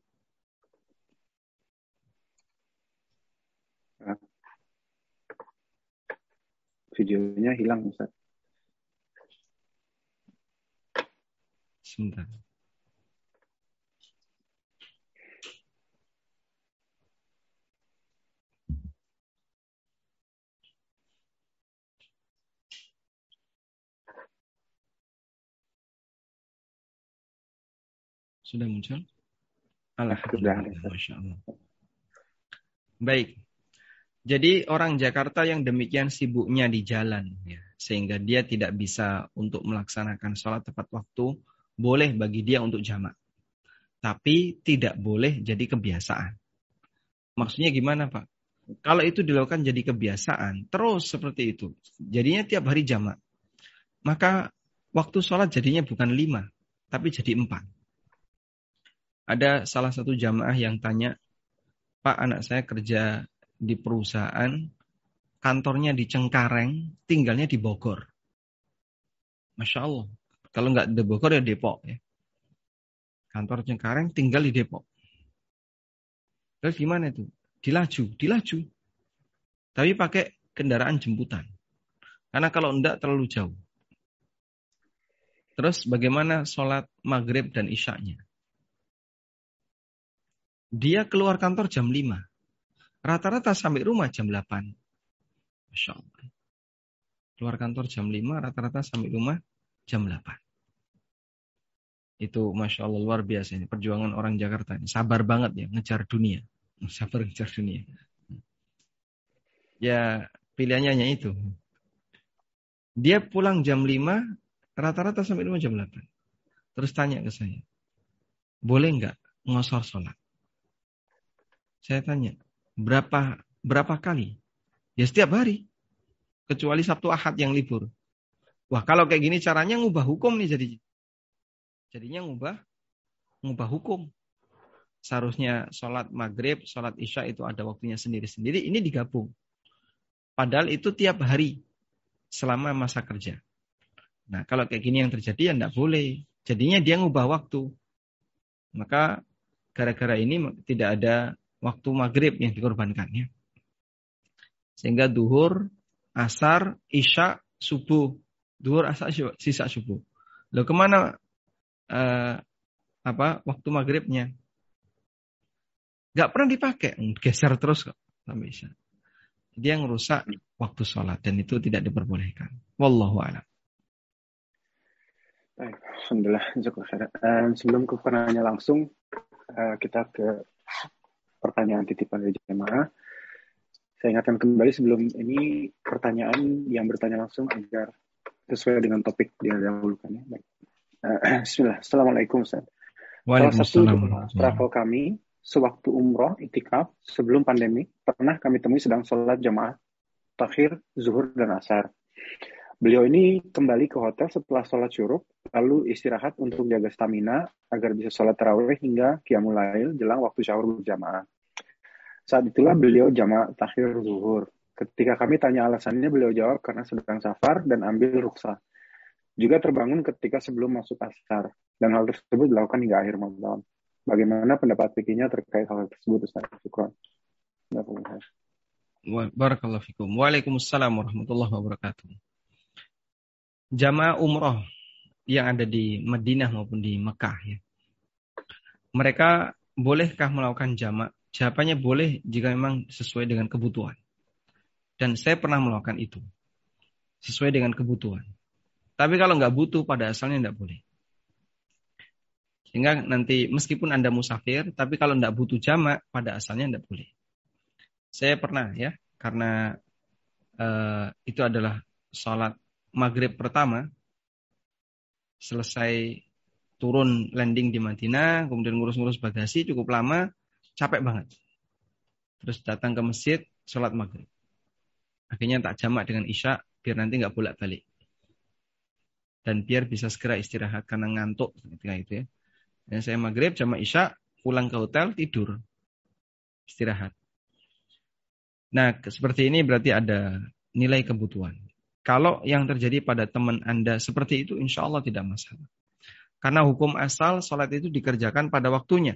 Videonya hilang, Ustaz. Sebentar. Sudah muncul? Alhamdulillah, Masya Allah. Baik. Jadi orang Jakarta yang demikian sibuknya di jalan, ya, sehingga dia tidak bisa untuk melaksanakan sholat tepat waktu, boleh bagi dia untuk jamak. Tapi tidak boleh jadi kebiasaan. Maksudnya gimana, Pak? Kalau itu dilakukan jadi kebiasaan, terus seperti itu, jadinya tiap hari jamak, maka waktu sholat jadinya bukan lima, tapi jadi empat. Ada salah satu jamaah yang tanya, Pak, anak saya kerja di perusahaan, kantornya di Cengkareng, tinggalnya di Bogor. Masya Allah. Kalau nggak di Bogor ya Depok. Ya. Kantor Cengkareng tinggal di Depok. Terus gimana itu? Dilaju, dilaju. Tapi pakai kendaraan jemputan. Karena kalau enggak terlalu jauh. Terus bagaimana sholat maghrib dan isyaknya? Dia keluar kantor jam lima. Rata-rata sampai rumah jam delapan. Masya Allah. Keluar kantor jam lima, rata-rata sampai rumah jam delapan. Itu Masya Allah luar biasa ini. Perjuangan orang Jakarta ini. Sabar banget ya, ngejar dunia. Sabar ngejar dunia. Ya pilihannya hanya itu. Dia pulang jam lima, rata-rata sampai rumah jam delapan. Terus tanya ke saya, boleh nggak ngosor sholat? Saya tanya, berapa berapa kali? Ya setiap hari. Kecuali Sabtu Ahad yang libur. Wah kalau kayak gini caranya ngubah hukum nih jadi. Jadinya ngubah ngubah hukum. Seharusnya sholat maghrib, sholat isya itu ada waktunya sendiri-sendiri. Ini digabung. Padahal itu tiap hari selama masa kerja. Nah kalau kayak gini yang terjadi ya enggak boleh. Jadinya dia ngubah waktu. Maka gara-gara ini tidak ada waktu maghrib yang dikorbankan. Ya. Sehingga duhur, asar, isya, subuh. Duhur, asar, sisa subuh. Lalu kemana uh, apa waktu maghribnya? Nggak pernah dipakai, geser terus kok sampai isya. Dia ngerusak waktu sholat dan itu tidak diperbolehkan. Wallahu a'lam. Baik, alhamdulillah. Um, sebelum ke pertanyaan langsung, uh, kita ke pertanyaan titipan dari jemaah. Saya ingatkan kembali sebelum ini pertanyaan yang bertanya langsung agar sesuai dengan topik yang didahulukan. Baik. Uh, Bismillah. Assalamualaikum Ustaz. Salah satu travel kami sewaktu umroh itikaf sebelum pandemi pernah kami temui sedang sholat jamaah takhir zuhur dan asar. Beliau ini kembali ke hotel setelah sholat syuruk lalu istirahat untuk jaga stamina agar bisa sholat tarawih hingga qiyamul lail jelang waktu sahur berjamaah. Saat itulah beliau jamaah takhir zuhur. Ketika kami tanya alasannya, beliau jawab karena sedang safar dan ambil rukhsah. Juga terbangun ketika sebelum masuk asar dan hal tersebut dilakukan hingga akhir Ramadan. Bagaimana pendapat fikihnya terkait hal tersebut, Ustaz? Syukran. Barakallahu fikum. Waalaikumsalam warahmatullahi wabarakatuh. Jamaah umroh yang ada di Madinah maupun di Mekah ya. Mereka bolehkah melakukan jamaah? Jawabannya boleh jika memang sesuai dengan kebutuhan. Dan saya pernah melakukan itu. Sesuai dengan kebutuhan. Tapi kalau nggak butuh pada asalnya nggak boleh. Sehingga nanti meskipun Anda musafir, tapi kalau nggak butuh jamak pada asalnya nggak boleh. Saya pernah ya, karena uh, itu adalah sholat maghrib pertama. Selesai turun landing di Madinah, kemudian ngurus-ngurus bagasi cukup lama, capek banget. Terus datang ke masjid, sholat maghrib. Akhirnya tak jamak dengan isya, biar nanti nggak bolak-balik. Dan biar bisa segera istirahat karena ngantuk ketika itu ya. Dan saya maghrib, jamak isya, pulang ke hotel, tidur. Istirahat. Nah, seperti ini berarti ada nilai kebutuhan. Kalau yang terjadi pada teman Anda seperti itu, insya Allah tidak masalah. Karena hukum asal, sholat itu dikerjakan pada waktunya.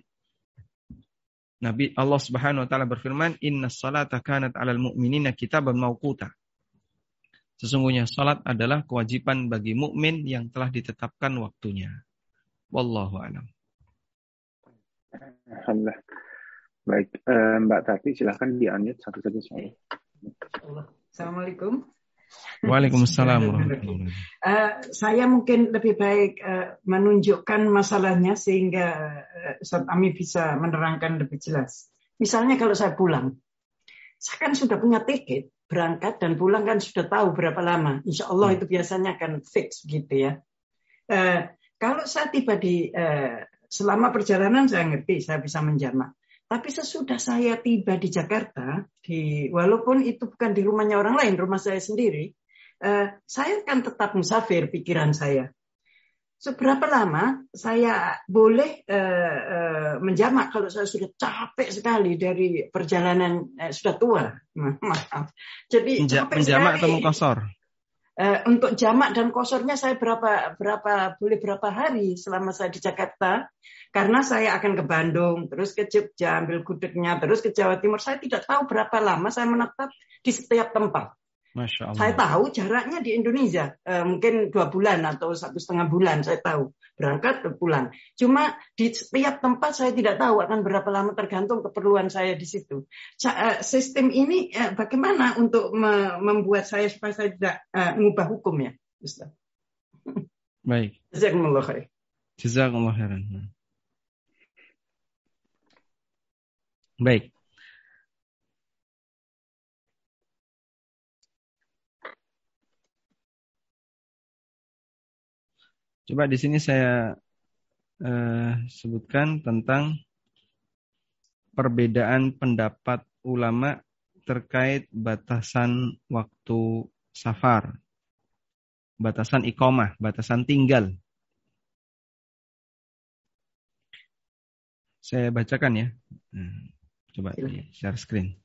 Nabi Allah Subhanahu Wa Taala berfirman, Inna salata kanat alal mu'minina kitaban mawquta. Sesungguhnya salat adalah kewajiban bagi mukmin yang telah ditetapkan waktunya. Wallahu a'lam. Alhamdulillah. Baik, uh, Mbak Tati silahkan di-unmute satu-satu saya. Assalamualaikum. Waalaikumsalam warahmatullahi wabarakatuh. Uh, saya mungkin lebih baik uh, menunjukkan masalahnya sehingga uh, Ustaz Ami bisa menerangkan lebih jelas. Misalnya kalau saya pulang, saya kan sudah punya tiket, berangkat dan pulang kan sudah tahu berapa lama. Insya Allah itu biasanya akan fix gitu ya. Uh, kalau saya tiba di, uh, selama perjalanan saya ngerti, saya bisa menjamak. Tapi sesudah saya tiba di Jakarta, di, walaupun itu bukan di rumahnya orang lain, rumah saya sendiri, uh, saya kan tetap musafir pikiran saya. Seberapa lama saya boleh uh, uh, menjamak kalau saya sudah capek sekali dari perjalanan, uh, sudah tua. Maaf. Jadi Menja- capek menjamak sekali. atau mengkosor? Uh, untuk jamak dan kosornya saya berapa berapa boleh berapa hari selama saya di Jakarta. Karena saya akan ke Bandung, terus ke Jogja, ambil gudegnya, terus ke Jawa Timur. Saya tidak tahu berapa lama saya menetap di setiap tempat. Masya Allah. Saya tahu jaraknya di Indonesia, eh, mungkin dua bulan atau satu setengah bulan saya tahu. Berangkat pulang. Cuma di setiap tempat saya tidak tahu akan berapa lama tergantung keperluan saya di situ. Sistem ini eh, bagaimana untuk me- membuat saya supaya saya tidak eh, mengubah hukum ya, Ustaz? Baik. Jazakumullah khair. Jazakumullah khairan. Baik. Coba di sini saya uh, sebutkan tentang perbedaan pendapat ulama terkait batasan waktu safar, batasan iqamah, batasan tinggal. Saya bacakan ya. Hmm. Coba di share screen.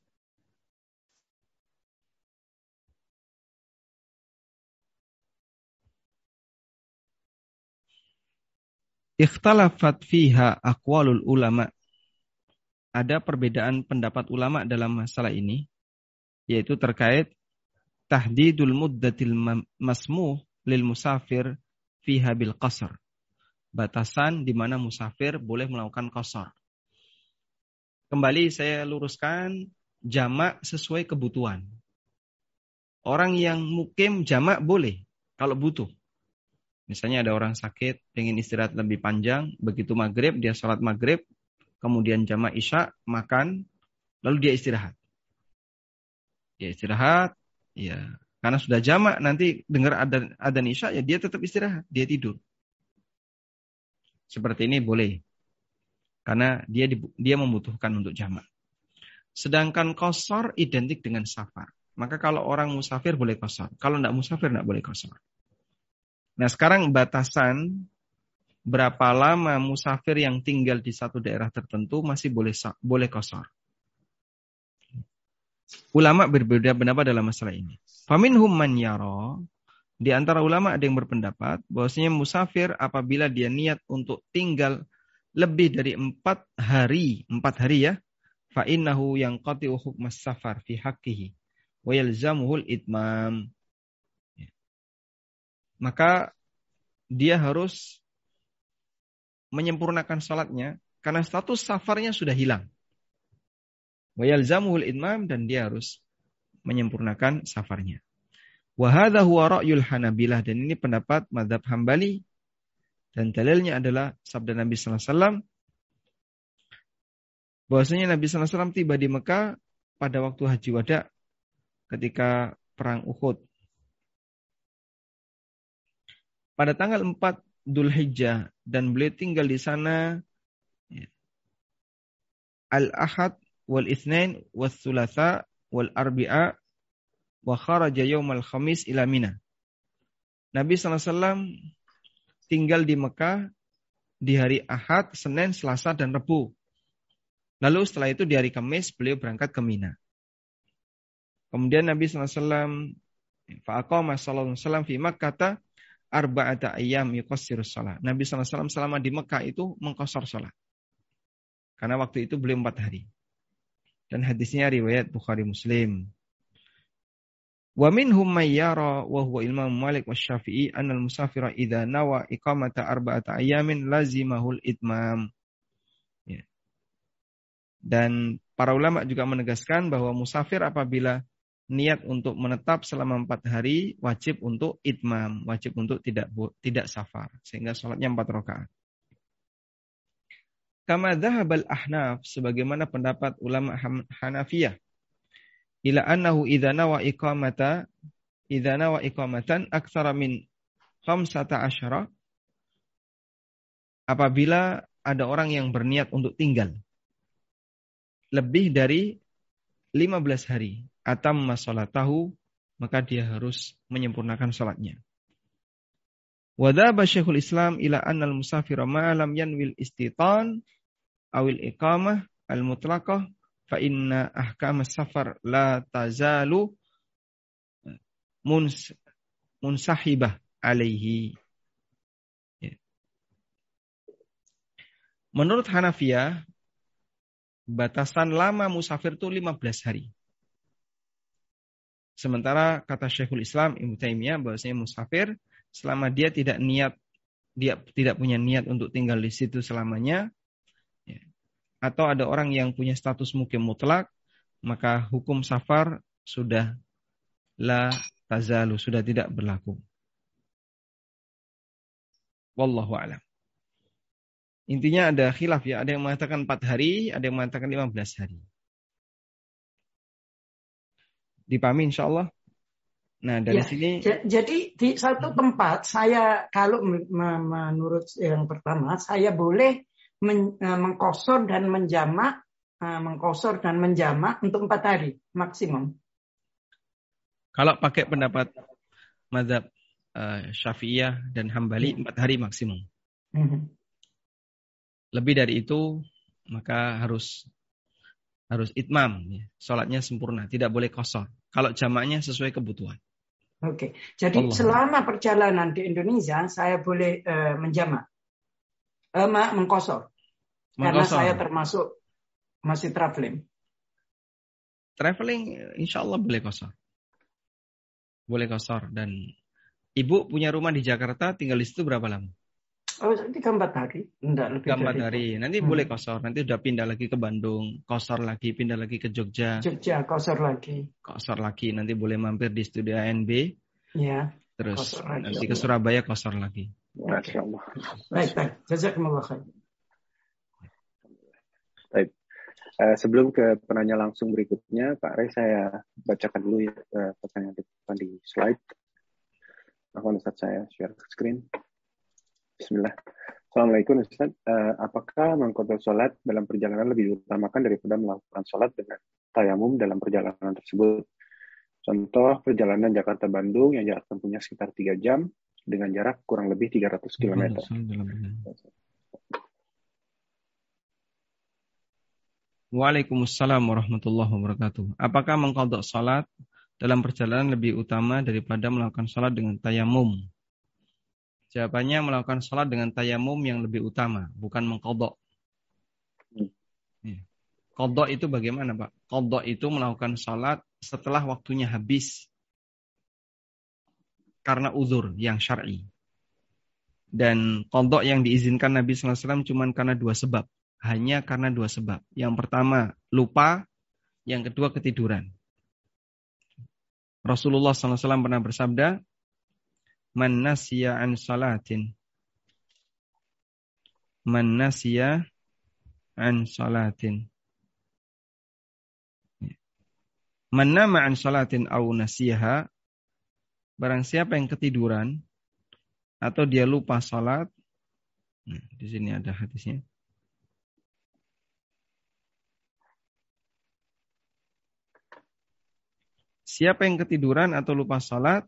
Ikhtalafat fiha aqwalul ulama. Ada perbedaan pendapat ulama dalam masalah ini, yaitu terkait tahdidul muddatil masmuh lil musafir fiha bil qasr. Batasan di mana musafir boleh melakukan qasar. kembali saya luruskan, jamak sesuai kebutuhan. Orang yang mukim jamak boleh kalau butuh. Misalnya ada orang sakit, ingin istirahat lebih panjang, begitu maghrib dia sholat maghrib, kemudian jamak isya, makan, lalu dia istirahat. Dia istirahat, ya karena sudah jamak, nanti dengar adzan adzan isya, ya dia tetap istirahat, dia tidur. Seperti ini boleh, karena dia dia membutuhkan untuk jamak. Sedangkan qashar identik dengan safar. Maka kalau orang musafir boleh qashar, kalau tidak musafir tidak boleh qashar. Nah sekarang batasan berapa lama musafir yang tinggal di satu daerah tertentu masih boleh boleh qashar. Ulama berbeda pendapat dalam masalah ini. Faminhum man yara, di antara ulama ada yang berpendapat bahwasanya musafir apabila dia niat untuk tinggal lebih dari empat hari, empat hari ya, fa innahu yanqati'u hukmas safar fi haqqihi wa yalzamuhul itmam. Maka dia harus menyempurnakan salatnya karena status safarnya sudah hilang. Wa yalzamuhul itmam, dan dia harus menyempurnakan safarnya. Wa hadza huwa ra'yul Hanabilah, dan ini pendapat mazhab Hambali, dan dalilnya adalah sabda Nabi sallallahu alaihi wasallam bahwasanya Nabi sallallahu alaihi wasallam tiba di Mekah pada waktu haji wada ketika perang Uhud. Pada tanggal empat Dzulhijjah, dan beliau tinggal di sana ya, al-Ahad wal Itsnain was Tsulatsa wal Arbi'a wa kharaja yaumal Khamis ila Mina. Nabi sallallahu alaihi wasallam tinggal di Mekah di hari Ahad, Senin, Selasa dan Rabu. Lalu setelah itu di hari Kamis beliau berangkat ke Mina. Kemudian Nabi sallallahu alaihi wasallam fa'aqama sallallahu alaihi wasallam fi Makkah arba'ata ayyam yuqassirus shalah. Nabi sallallahu alaihi wasallam selama di Mekah itu mengqashar salat. Karena waktu itu beliau empat hari. Dan hadisnya riwayat Bukhari Muslim. Wa minhum may yara wa huwa Imam Malik wasy-Syafi'i annal musafira idza nawa iqamata arba'ata ayyamin lazimahul itmam. Ya. Dan para ulama juga menegaskan bahwa musafir apabila niat untuk menetap selama empat hari wajib untuk itmam, wajib untuk tidak tidak safar, sehingga sholatnya empat rakaat. Kama dhahabal ahnaf, sebagaimana pendapat ulama Hanafiyah, ila annahu idza nawa iqamata idza nawa iqamatan aktsara min khamsata asyara, apabila ada orang yang berniat untuk tinggal lebih dari lima belas hari, atamma sholatahu, maka dia harus menyempurnakan salatnya. Wa dhaba Syekhul Islam ila annal musafira ma lam yanwil istitan awil iqamah al mutlaqah fa inna ahkamas safar la tazalu muns munsahibah alaihi. Ya. Menurut Hanafiyah, batasan lama musafir itu lima belas hari. Sementara kata Syekhul Islam Ibnu Taimiyah bahwasanya musafir selama dia tidak niat, dia tidak punya niat untuk tinggal di situ selamanya, ya, atau ada orang yang punya status mukim mutlak, maka hukum safar sudah la tazalu, sudah tidak berlaku. Wallahu a'lam. Intinya ada khilaf ya, ada yang mengatakan empat hari, ada yang mengatakan lima belas hari. Dipahami insyaallah. Nah dari ya, sini. Jadi di satu tempat saya kalau menurut yang pertama saya boleh men, mengqashar dan menjamak, mengqashar dan menjamak untuk empat hari maksimum. Kalau pakai pendapat mazhab uh, Syafi'iyah dan Hambali, empat hari maksimum. Mm-hmm. Lebih dari itu maka harus harus itmam, ya. Sholatnya sempurna, tidak boleh qashar. Kalau jamaknya sesuai kebutuhan. Oke, jadi Allah. Selama perjalanan di Indonesia saya boleh uh, menjamak, uh, mengqashar, karena saya termasuk masih traveling. Traveling, insya Allah boleh qashar, boleh qashar. Dan ibu punya rumah di Jakarta, tinggal di situ berapa lama? Oh, tiga empat hari, enggak lebih Tiga empat dari hari. itu. Nanti Hmm. boleh kosor. Nanti udah pindah lagi ke Bandung, kosor lagi, pindah lagi ke Jogja, Jogja kosor lagi. kosor lagi. Nanti boleh mampir di studio A N B, Ya, terus kosor lagi. nanti ke Surabaya kosor lagi. Masya Allah. Baik, baik. Jazakumullah khair. Baik. Uh, sebelum ke penanya langsung berikutnya, Pak Rey, saya bacakan dulu ya uh, pertanyaan depan di slide. Mohon Ustaz saya share screen. Bismillah. Assalamualaikum Ustaz. Uh, apakah mengqadha sholat dalam perjalanan lebih diutamakan daripada melakukan sholat dengan tayamum dalam perjalanan tersebut? Contoh perjalanan Jakarta-Bandung yang jarak tempuhnya sekitar tiga jam dengan jarak kurang lebih tiga ratus kilometer. Waalaikumsalam warahmatullahi wabarakatuh. Apakah mengqadha salat dalam perjalanan lebih utama daripada melakukan salat dengan tayamum? Jawabannya melakukan salat dengan tayamum yang lebih utama, bukan mengqadha. Qadha itu bagaimana, Pak? Qadha itu melakukan salat setelah waktunya habis karena uzur yang syar'i. Dan qadha yang diizinkan Nabi sallallahu alaihi wasallam cuma karena dua sebab. Hanya karena dua sebab. Yang pertama, lupa. Yang kedua, ketiduran. Rasulullah sallallahu alaihi wasallam pernah bersabda, Man nasiya an salatin. Man nasiya an salatin. Man nama an salatin au nasiha. Barang siapa yang ketiduran atau dia lupa salat. Nah, di sini ada hadisnya. Siapa yang ketiduran atau lupa salat,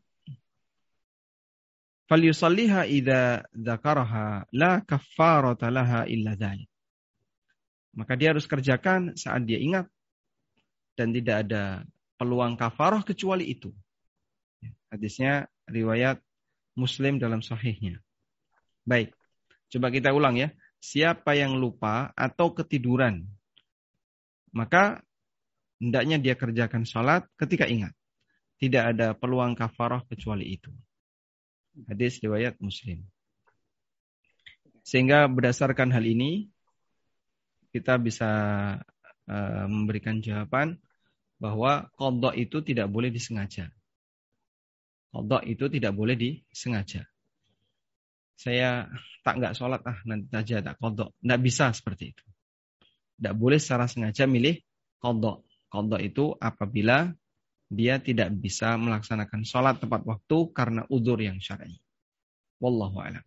falyusalliha idza dzakaraha la kaffarata laha illa dzalik. Maka dia harus kerjakan saat dia ingat dan tidak ada peluang kafarah kecuali itu. Hadisnya riwayat Muslim dalam sahihnya. Baik, coba kita ulang ya. Siapa yang lupa atau ketiduran, maka hendaknya dia kerjakan salat ketika ingat. Tidak ada peluang kafarah kecuali itu. Hadis riwayat Muslim. Sehingga berdasarkan hal ini, kita bisa uh, memberikan jawaban bahwa qadha itu tidak boleh disengaja. Qadha itu tidak boleh disengaja. Saya tak nggak sholat, ah nanti saja tak qadha. Nggak bisa seperti itu. Nggak boleh secara sengaja milih qadha. Qadha itu apabila dia tidak bisa melaksanakan sholat tepat waktu karena udzur yang syar'i. Wallahu a'lam.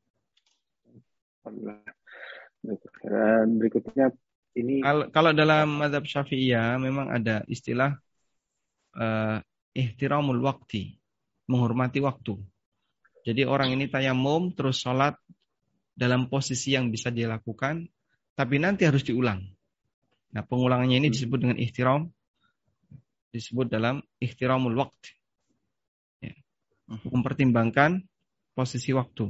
Berikutnya ini kalau, kalau dalam mazhab Syafi'iyah memang ada istilah uh, ihtiramul waqti, menghormati waktu. Jadi orang ini tayamum terus sholat dalam posisi yang bisa dia lakukan, tapi nanti harus diulang. Nah, pengulangannya ini disebut dengan ihtiram, disebut dalam ihtiramul waqti. Ya. Mempertimbangkan posisi waktu.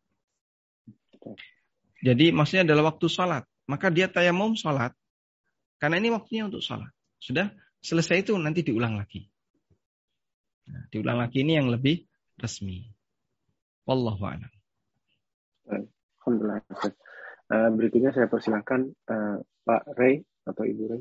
Jadi maksudnya adalah waktu sholat. Maka dia tayamum sholat. Karena ini waktunya untuk sholat. Sudah selesai itu nanti diulang lagi. Nah, diulang lagi ini yang lebih resmi. Wallahu a'lam. Alhamdulillah. Uh, berikutnya saya persilahkan uh, Pak Rey atau Ibu Rey.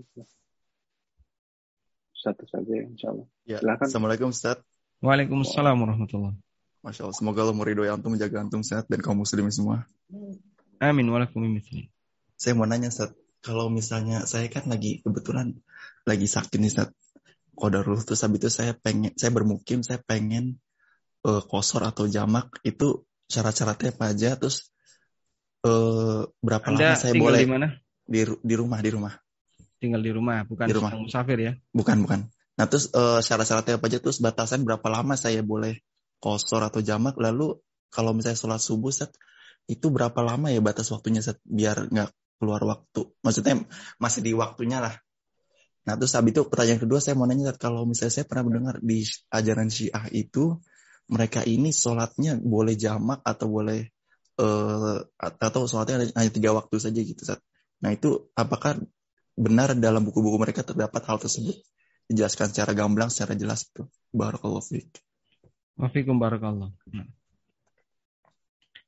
Satu saja insya Allah. Ya, silakan. Assalamualaikum Ustaz. Waalaikumsalam warahmatullahi wabarakatuh. Masya Allah, semoga Allah meridhoi antum, menjaga antum sehat dan kaum muslimin semua. Amin walakumimithli. Saya mau nanya Ustaz, kalau misalnya saya kan lagi kebetulan lagi sakit nih Ustaz, qadarullah, terus habis itu saya pengen, saya bermukim, saya pengen uh, qasar atau jamak, itu syarat-syaratnya apa aja, terus uh, berapa Anda lama saya tinggal boleh di mana? Di, di rumah, di rumah. Tinggal di rumah, bukan di rumah. musafir ya? Bukan, bukan. Nah terus uh, syarat-syaratnya apa aja, terus batasan berapa lama saya boleh qasar atau jamak, lalu kalau misalnya sholat subuh Ustaz, itu berapa lama ya batas waktunya Ustaz, biar nggak keluar waktu, maksudnya masih di waktunya lah. Nah terus habis itu pertanyaan kedua saya mau nanya Ustaz, kalau misalnya saya pernah mendengar di ajaran Syiah itu mereka ini sholatnya boleh jamak atau boleh uh, atau sholatnya hanya tiga waktu saja gitu Ustaz. Nah itu apakah benar dalam buku-buku mereka terdapat hal tersebut? Dijelaskan secara gamblang, secara jelas itu. Barakallahu fiik. Wafikum barakallah.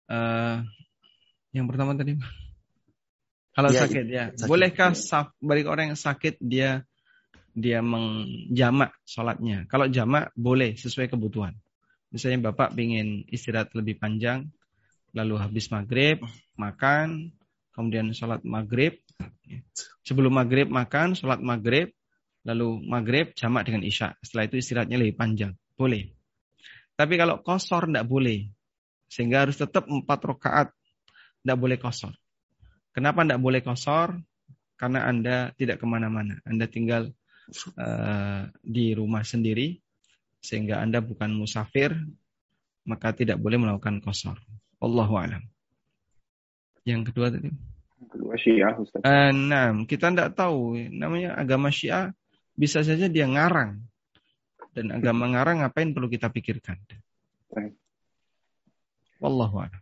Uh, yang pertama tadi, kalau Ya, sakit ya, sakit. bolehkah saf, bagi orang yang sakit dia dia menjamak sholatnya? Kalau jamak boleh sesuai kebutuhan. Misalnya bapak ingin istirahat lebih panjang, lalu habis maghrib makan, kemudian sholat maghrib, sebelum maghrib makan, sholat maghrib, lalu maghrib jamak dengan isya. Setelah itu istirahatnya lebih panjang, boleh. Tapi kalau qashar tidak boleh. Sehingga harus tetap empat rakaat. Tidak boleh qashar. Kenapa tidak boleh qashar? Karena Anda tidak kemana-mana. Anda tinggal uh, di rumah sendiri. Sehingga Anda bukan musafir. Maka tidak boleh melakukan qashar. Wallahu a'lam. Yang kedua tadi. Yang kedua Syiah, Ustaz. Uh, nah, kita tidak tahu. Namanya agama Syiah. Bisa saja dia ngarang. Dan agama ngarang ngapain perlu kita pikirkan. Baik. Wallahu a'lam.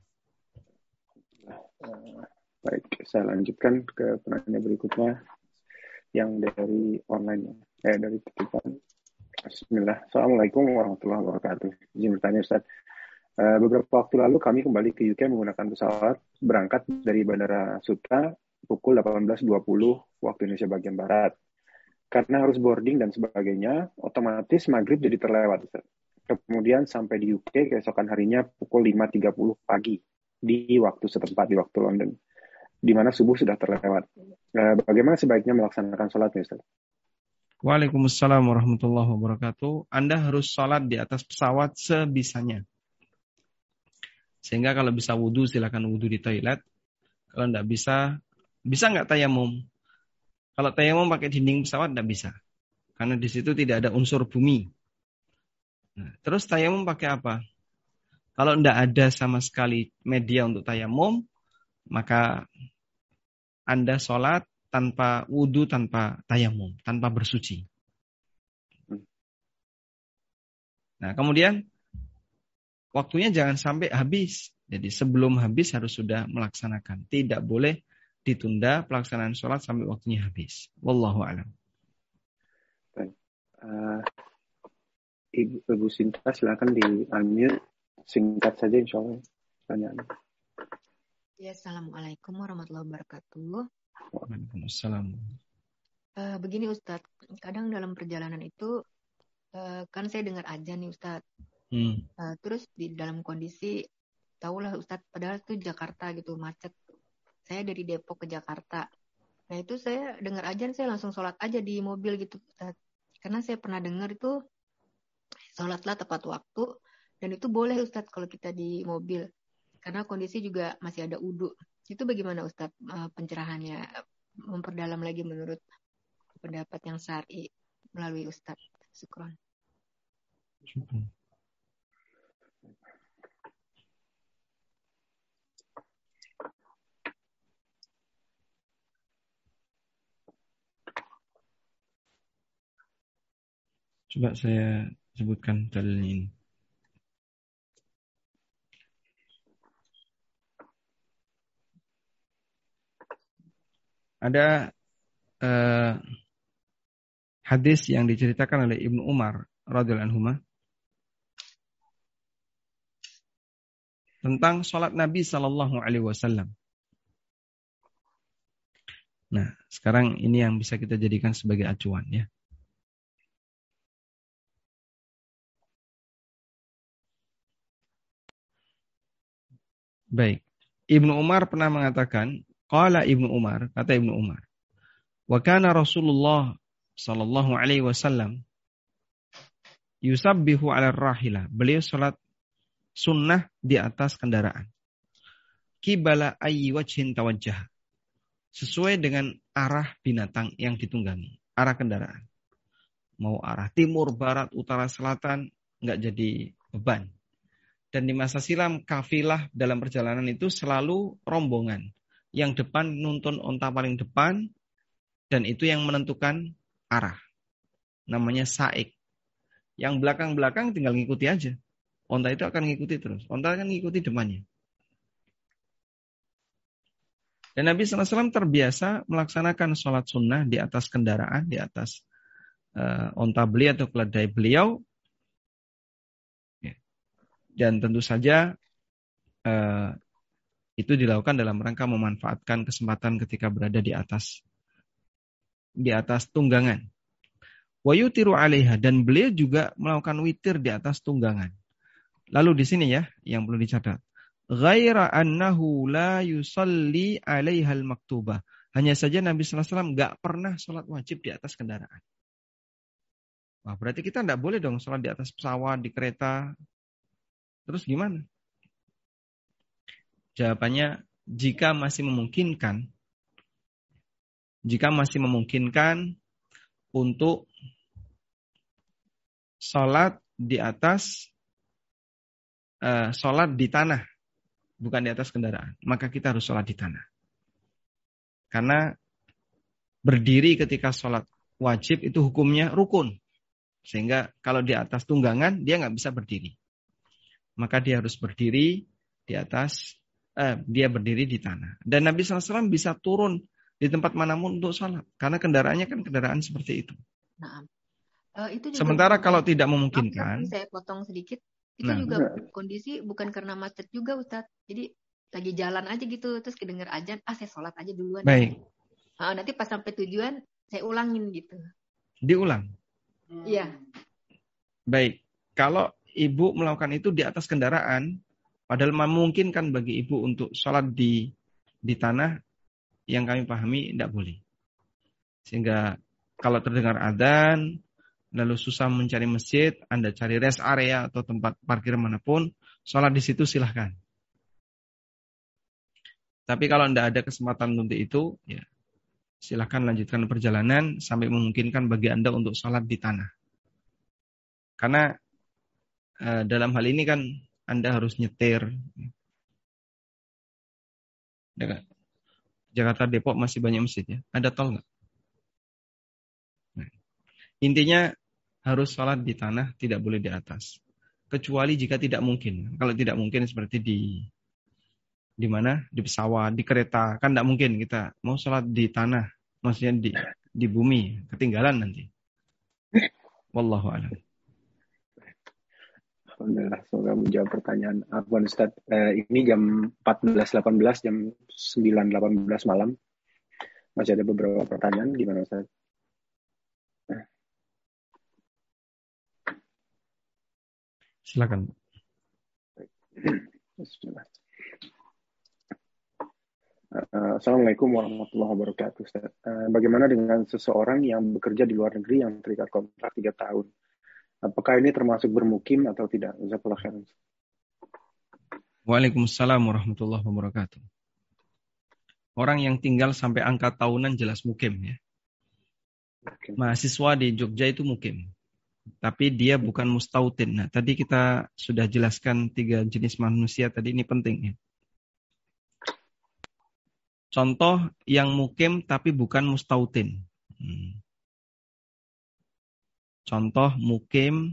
Baik, saya lanjutkan ke penanya berikutnya yang dari online, eh dari titipan. Bismillah. Assalamualaikum warahmatullahi wabarakatuh. Izin bertanya Ustaz. Uh, beberapa waktu lalu kami kembali ke U K menggunakan pesawat berangkat dari Bandara Suta pukul delapan belas dua puluh waktu Indonesia bagian Barat. Karena harus boarding dan sebagainya, otomatis maghrib jadi terlewat Ustaz. Kemudian sampai di U K keesokan harinya pukul lima tiga puluh pagi di waktu setempat, di waktu London, di mana subuh sudah terlewat. Bagaimana sebaiknya melaksanakan sholatnya, Ustaz? Waalaikumsalam warahmatullahi wabarakatuh. Anda harus sholat di atas pesawat sebisanya. Sehingga kalau bisa wudhu, silakan wudhu di toilet. Kalau tidak bisa, bisa nggak tayamum? Kalau tayamum pakai dinding pesawat tidak bisa. Karena di situ tidak ada unsur bumi. Nah, terus tayamum pakai apa? Kalau tidak ada sama sekali media untuk tayamum, maka Anda sholat tanpa wudhu, tanpa tayamum, tanpa bersuci. Nah, kemudian waktunya jangan sampai habis. Jadi sebelum habis harus sudah melaksanakan. Tidak boleh ditunda pelaksanaan sholat sampai waktunya habis. Wallahu a'lam. Uh, Ibu, Ibu Sinta silakan di-unmute. Singkat saja insya Allah pertanyaan. Ya, Assalamualaikum warahmatullahi wabarakatuh. Waalaikumsalam. Uh, begini Ustadz, kadang dalam perjalanan itu uh, kan saya dengar azan nih Ustadz. Hmm. Uh, terus di dalam kondisi, tahulah Ustadz, padahal itu Jakarta gitu macet. Saya dari Depok ke Jakarta. Nah itu saya dengar azan, saya langsung sholat aja di mobil gitu Ustadz. Karena saya pernah dengar itu sholatlah tepat waktu. Dan itu boleh Ustadz kalau kita di mobil. Karena kondisi juga masih ada wudu. Itu bagaimana Ustadz pencerahannya? Memperdalam lagi menurut pendapat yang syar'i melalui Ustadz. Syukron. Syukron. Coba saya sebutkan dalilnya ini. Ada uh, hadis yang diceritakan oleh Ibnu Umar radhiyallahu anhu tentang sholat Nabi sallallahu alaihi wasallam. Nah, sekarang ini yang bisa kita jadikan sebagai acuan ya. Baik. Ibnu Umar pernah mengatakan, qala Ibnu Umar, kata Ibnu Umar, wa kana Rasulullah sallallahu alaihi wasallam yusabbihu 'ala rahilah. Beliau salat sunnah di atas kendaraan. Qibala ayyi wajhin tawajjah. Sesuai dengan arah binatang yang ditunggangi, arah kendaraan. Mau arah timur, barat, utara, selatan, enggak jadi beban. Dan di masa silam kafilah dalam perjalanan itu selalu rombongan. Yang depan nuntun onta paling depan, dan itu yang menentukan arah. Namanya saik. Yang belakang-belakang tinggal ngikuti aja. Onta itu akan ngikuti terus. Onta akan ngikuti depannya. Dan Nabi sallallahu alaihi wasallam terbiasa melaksanakan sholat sunnah di atas kendaraan, di atas uh, onta beliau atau keledai beliau. Dan tentu saja uh, Itu dilakukan dalam rangka memanfaatkan kesempatan ketika berada di atas di atas tunggangan. Wa yutiru 'alaiha, dan beliau juga melakukan witir di atas tunggangan. Lalu di sini ya yang perlu dicatat. Ghaira annahu la yusalli 'alaiha al-maktubah. Hanya saja Nabi sallallahu alaihi wasallam enggak pernah sholat wajib di atas kendaraan. Wah, berarti kita enggak boleh dong sholat di atas pesawat, di kereta. Terus gimana? Jawabannya, jika masih memungkinkan, jika masih memungkinkan untuk sholat di atas, uh, sholat di tanah, bukan di atas kendaraan, maka kita harus sholat di tanah. Karena berdiri ketika sholat wajib itu hukumnya rukun, sehingga kalau di atas tunggangan dia nggak bisa berdiri, maka dia harus berdiri di atas. Eh, dia berdiri di tanah. Dan Nabi sallallahu alaihi wasallam bisa turun di tempat manapun untuk sholat. Karena kendaraannya kan kendaraan seperti itu. Nah, uh, itu juga sementara kalau saya, tidak memungkinkan. Maaf, saya potong sedikit. Itu Nah, juga kondisi bukan karena macet juga, Ustadz. Jadi lagi jalan aja gitu. Terus kedengar azan, ah saya sholat aja duluan. Baik. Nah, nanti pas sampai tujuan, saya ulangin gitu. Diulang? Iya. Baik. Kalau ibu melakukan itu di atas kendaraan, padahal memungkinkan bagi ibu untuk sholat di di tanah, yang kami pahami tidak boleh. Sehingga kalau terdengar adzan, lalu susah mencari masjid, Anda cari rest area atau tempat parkir manapun, sholat di situ silahkan. Tapi kalau tidak ada kesempatan untuk itu, ya silahkan lanjutkan perjalanan sampai memungkinkan bagi Anda untuk sholat di tanah. Karena eh, dalam hal ini kan Anda harus nyetir. Jakarta Depok masih banyak masjid ya. Ada tol nggak? Nah, intinya harus sholat di tanah, tidak boleh di atas. Kecuali jika tidak mungkin. Kalau tidak mungkin seperti di di mana? Di pesawat, di kereta, kan tidak mungkin kita mau sholat di tanah, maksudnya di di bumi, ketinggalan nanti. Wallahu a'lam. Alhamdulillah, semoga menjawab pertanyaan Afwan Ustaz. Eh, ini jam empat belas delapan belas, jam sembilan delapan belas malam. Masih ada beberapa pertanyaan, gimana Ustaz? Eh. Silakan. Bismillah. Uh, Assalamualaikum warahmatullahi wabarakatuh. Ustaz. Uh, bagaimana dengan seseorang yang bekerja di luar negeri yang terikat kontrak tiga tahun? Apakah ini termasuk bermukim atau tidak? Jazakallahu khairan. Waalaikumsalam warahmatullahi wabarakatuh. Orang yang tinggal sampai angka tahunan jelas mukim ya. Okay. Mahasiswa di Jogja itu mukim. Tapi dia bukan mustautin. Nah, tadi kita sudah jelaskan tiga jenis manusia tadi, ini penting ya. Contoh yang mukim tapi bukan mustautin. Hmm. Contoh mukim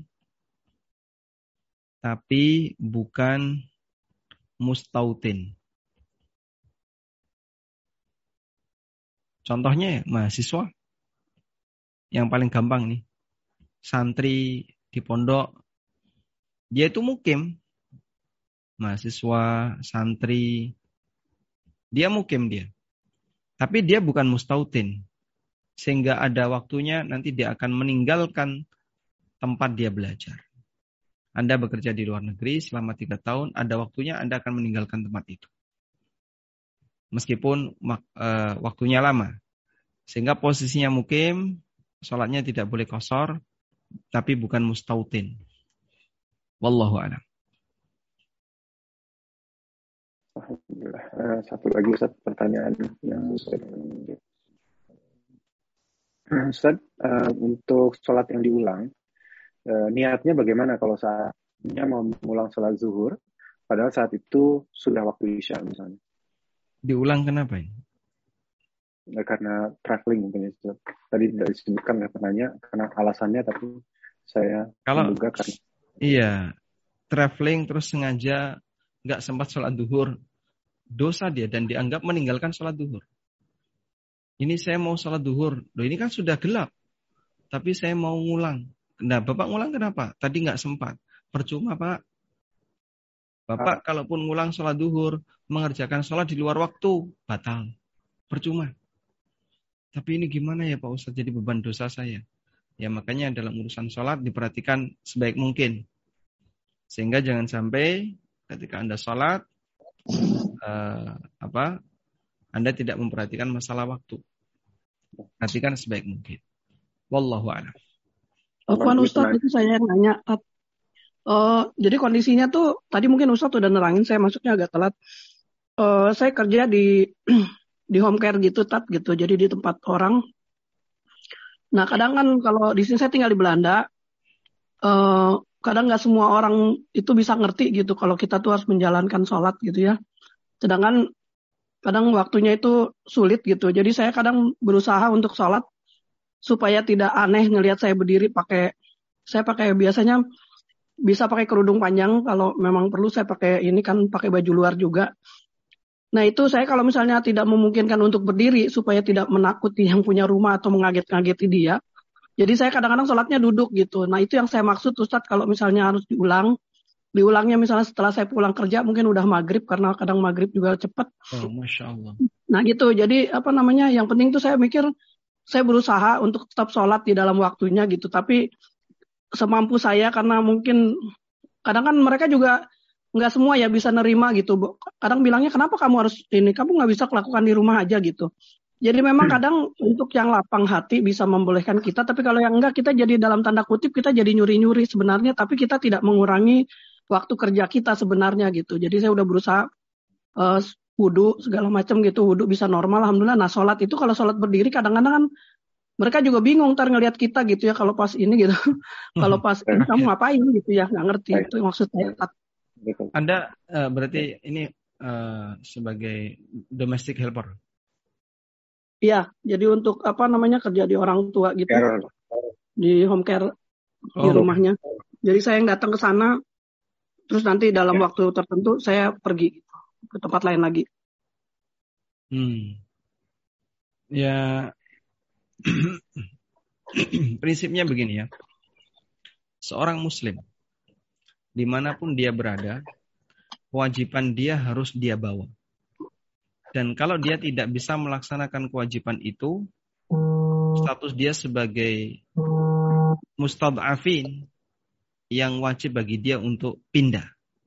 tapi bukan mustautin. Contohnya ya, mahasiswa. Yang paling gampang nih. Santri di pondok. Dia itu mukim. Mahasiswa, santri. Dia mukim dia. Tapi dia bukan mustautin. Sehingga ada waktunya nanti dia akan meninggalkan tempat dia belajar. Anda bekerja di luar negeri selama tiga tahun, ada waktunya Anda akan meninggalkan tempat itu. Meskipun e, waktunya lama. Sehingga posisinya mukim, sholatnya tidak boleh qashar, tapi bukan mustautin. Wallahu a'lam. Alhamdulillah. Uh, satu lagi Ustaz, pertanyaan yang Ustaz, uh, untuk sholat yang diulang, uh, niatnya bagaimana kalau saatnya mau mengulang sholat zuhur, padahal saat itu sudah waktu isya misalnya? Diulang kenapa ini? Nah, karena traveling mungkin Ustaz. Tadi tidak disebutkan katanya karena alasannya, tapi saya kalau menduga karena iya traveling terus sengaja nggak sempat sholat zuhur, dosa dia dan dianggap meninggalkan sholat zuhur. Ini saya mau sholat zuhur, loh ini kan sudah gelap, tapi saya mau ngulang. Nah, Bapak ngulang kenapa? Tadi nggak sempat. Percuma Pak. Bapak kalaupun ngulang sholat duhur, mengerjakan sholat di luar waktu, batal. Percuma. Tapi ini gimana ya Pak Ustadz, jadi beban dosa saya. Ya makanya dalam urusan sholat diperhatikan sebaik mungkin. Sehingga jangan sampai ketika Anda sholat, eh, apa, Anda tidak memperhatikan masalah waktu. Perhatikan sebaik mungkin. Wallahu a'lam. Afwan Ustadz, itu saya yang nanya. Uh, jadi kondisinya tuh tadi mungkin Ustadz udah nerangin, saya masuknya agak telat. Uh, saya kerja di di home care gitu, tat gitu. Jadi di tempat orang. Nah kadang kan kalau di sini saya tinggal di Belanda, uh, kadang nggak semua orang itu bisa ngerti gitu kalau kita tuh harus menjalankan sholat gitu ya. Sedangkan kadang waktunya itu sulit gitu. Jadi saya kadang berusaha untuk sholat supaya tidak aneh ngelihat saya berdiri pakai, saya pakai biasanya bisa pakai kerudung panjang, kalau memang perlu saya pakai ini kan pakai baju luar juga. Nah itu saya kalau misalnya tidak memungkinkan untuk berdiri supaya tidak menakuti yang punya rumah atau mengaget-ngageti dia. Jadi saya kadang-kadang sholatnya duduk gitu. Nah itu yang saya maksud Ustadz, kalau misalnya harus diulang, diulangnya misalnya setelah saya pulang kerja mungkin udah maghrib, karena kadang maghrib juga cepat. Oh, Masya Allah. Nah gitu, jadi apa namanya, yang penting tuh saya mikir, saya berusaha untuk tetap sholat di dalam waktunya gitu. Tapi semampu saya, karena mungkin kadang kan mereka juga nggak semua ya bisa nerima gitu. Kadang bilangnya kenapa kamu harus ini, kamu nggak bisa lakukan di rumah aja gitu. Jadi memang kadang untuk yang lapang hati bisa membolehkan kita, tapi kalau yang enggak kita jadi dalam tanda kutip kita jadi nyuri-nyuri sebenarnya, tapi kita tidak mengurangi waktu kerja kita sebenarnya gitu. Jadi saya udah berusaha uh, wudhu segala macam gitu, wudhu bisa normal alhamdulillah. Nah sholat itu kalau sholat berdiri kadang-kadang kan mereka juga bingung ntar ngelihat kita gitu ya, kalau pas ini gitu. Kalau pas ini kamu ngapain gitu ya, nggak ngerti. Itu maksud saya. Anda uh, berarti ini uh, sebagai domestic helper? Iya, jadi untuk apa namanya kerja di orang tua gitu. Care. Di home care oh. Di rumahnya. Jadi saya yang datang ke sana, terus nanti dalam ya. Waktu tertentu saya pergi ke tempat lain lagi. Hmm. Ya. Prinsipnya begini ya, seorang muslim dimanapun dia berada, kewajiban dia harus dia bawa. Dan kalau dia tidak bisa melaksanakan kewajiban itu, status dia sebagai mustad'afin yang wajib bagi dia untuk pindah.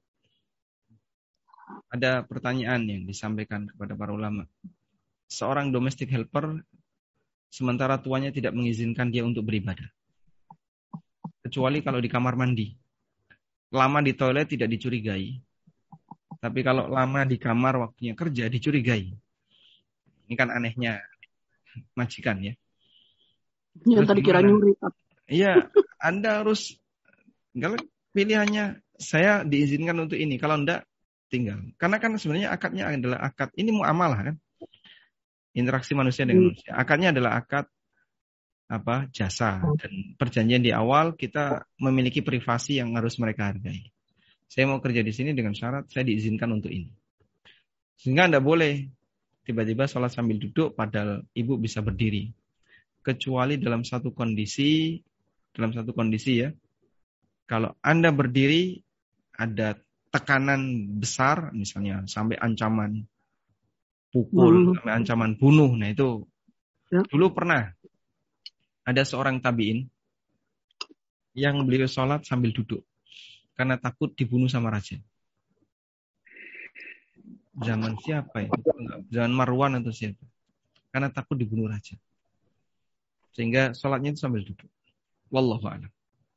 Ada pertanyaan yang disampaikan kepada para ulama. Seorang domestic helper sementara tuanya tidak mengizinkan dia untuk beribadah. Kecuali kalau di kamar mandi. Lama di toilet tidak dicurigai. Tapi kalau lama di kamar waktunya kerja dicurigai. Ini kan anehnya majikan ya. Yang tadi kira nyuri. Iya, Anda harus, kalau pilihannya saya diizinkan untuk ini, kalau enggak tinggal. Karena kan sebenarnya akadnya adalah akad, ini muamalah kan. Interaksi manusia dengan manusia. Akadnya adalah akad apa jasa, dan perjanjian di awal kita memiliki privasi yang harus mereka hargai. Saya mau kerja di sini dengan syarat saya diizinkan untuk ini. Sehingga Anda boleh tiba-tiba sholat sambil duduk padahal ibu bisa berdiri. Kecuali dalam satu kondisi, dalam satu kondisi ya. Kalau Anda berdiri ada tekanan besar misalnya sampai ancaman pukul, hmm. sampai ancaman bunuh. Nah itu ya. Dulu pernah ada seorang tabi'in yang beliau sholat sambil duduk karena takut dibunuh sama raja. Zaman siapa ya? Zaman Marwan atau siapa? Karena takut dibunuh raja. Sehingga sholatnya itu sambil duduk. Wallahu a'lam.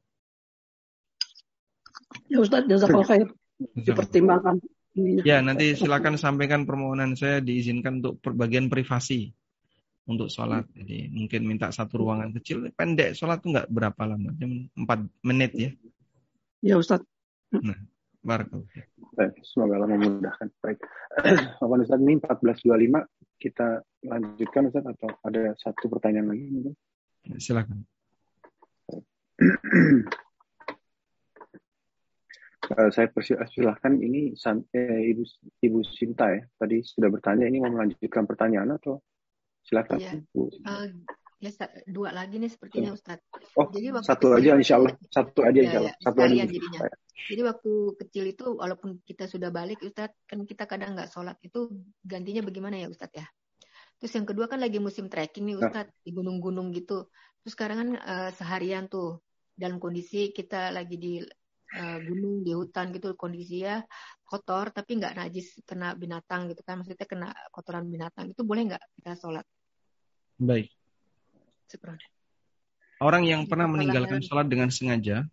Ya Ustaz, jazakallahu khair. Dipertimbangkan. Ya, nanti silakan sampaikan permohonan saya diizinkan untuk bagian privasi untuk sholat. Jadi mungkin minta satu ruangan kecil, pendek. Sholat itu nggak berapa lama, empat menit ya. Ya Ustaz. Nah, barakallahu. Baik, semoga Allah memudahkan. Baik, Bapak Ustaz, ini empat belas dua puluh lima kita lanjutkan Ustaz, atau ada satu pertanyaan lagi mungkin? Silakan. Uh, saya persilahkan ini eh, Ibu Ibu Sinta ya, tadi sudah bertanya, ini mau melanjutkan pertanyaan atau silakan ya. Bu. Uh, Ya dua lagi nih sepertinya Ustadz. Oh, jadi waktu satu kecil, aja insya Allah, satu aja ya, insya Allah, ya, satu aja. Jadinya. Jadi waktu kecil itu walaupun kita sudah balik Ustadz, kan kita kadang nggak sholat, itu gantinya bagaimana ya Ustadz ya? Terus yang kedua kan lagi musim trekking nih Ustadz, nah. di gunung-gunung gitu. Terus sekarang kan uh, seharian tuh dalam kondisi kita lagi di uh, gunung, di hutan gitu, kondisinya kotor tapi nggak najis kena binatang gitu kan, maksudnya kena kotoran binatang, itu boleh nggak kita sholat? Baik. Orang yang pernah meninggalkan sholat dengan sengaja,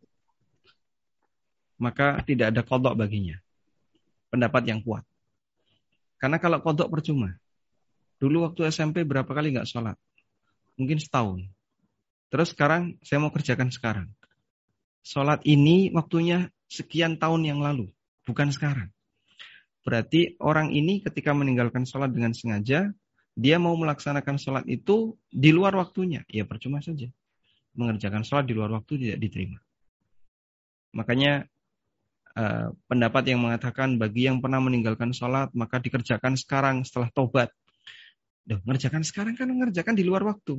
maka tidak ada qadha baginya. Pendapat yang kuat. Karena kalau qadha percuma. Dulu waktu S M P berapa kali nggak sholat? Mungkin setahun. Terus sekarang saya mau kerjakan sekarang. Sholat ini waktunya sekian tahun yang lalu, bukan sekarang. Berarti orang ini ketika meninggalkan sholat dengan sengaja, dia mau melaksanakan sholat itu di luar waktunya. Ya percuma saja. Mengerjakan sholat di luar waktu tidak diterima. Makanya eh, pendapat yang mengatakan bagi yang pernah meninggalkan sholat, maka dikerjakan sekarang setelah tobat. Duh, mengerjakan sekarang kan mengerjakan di luar waktu.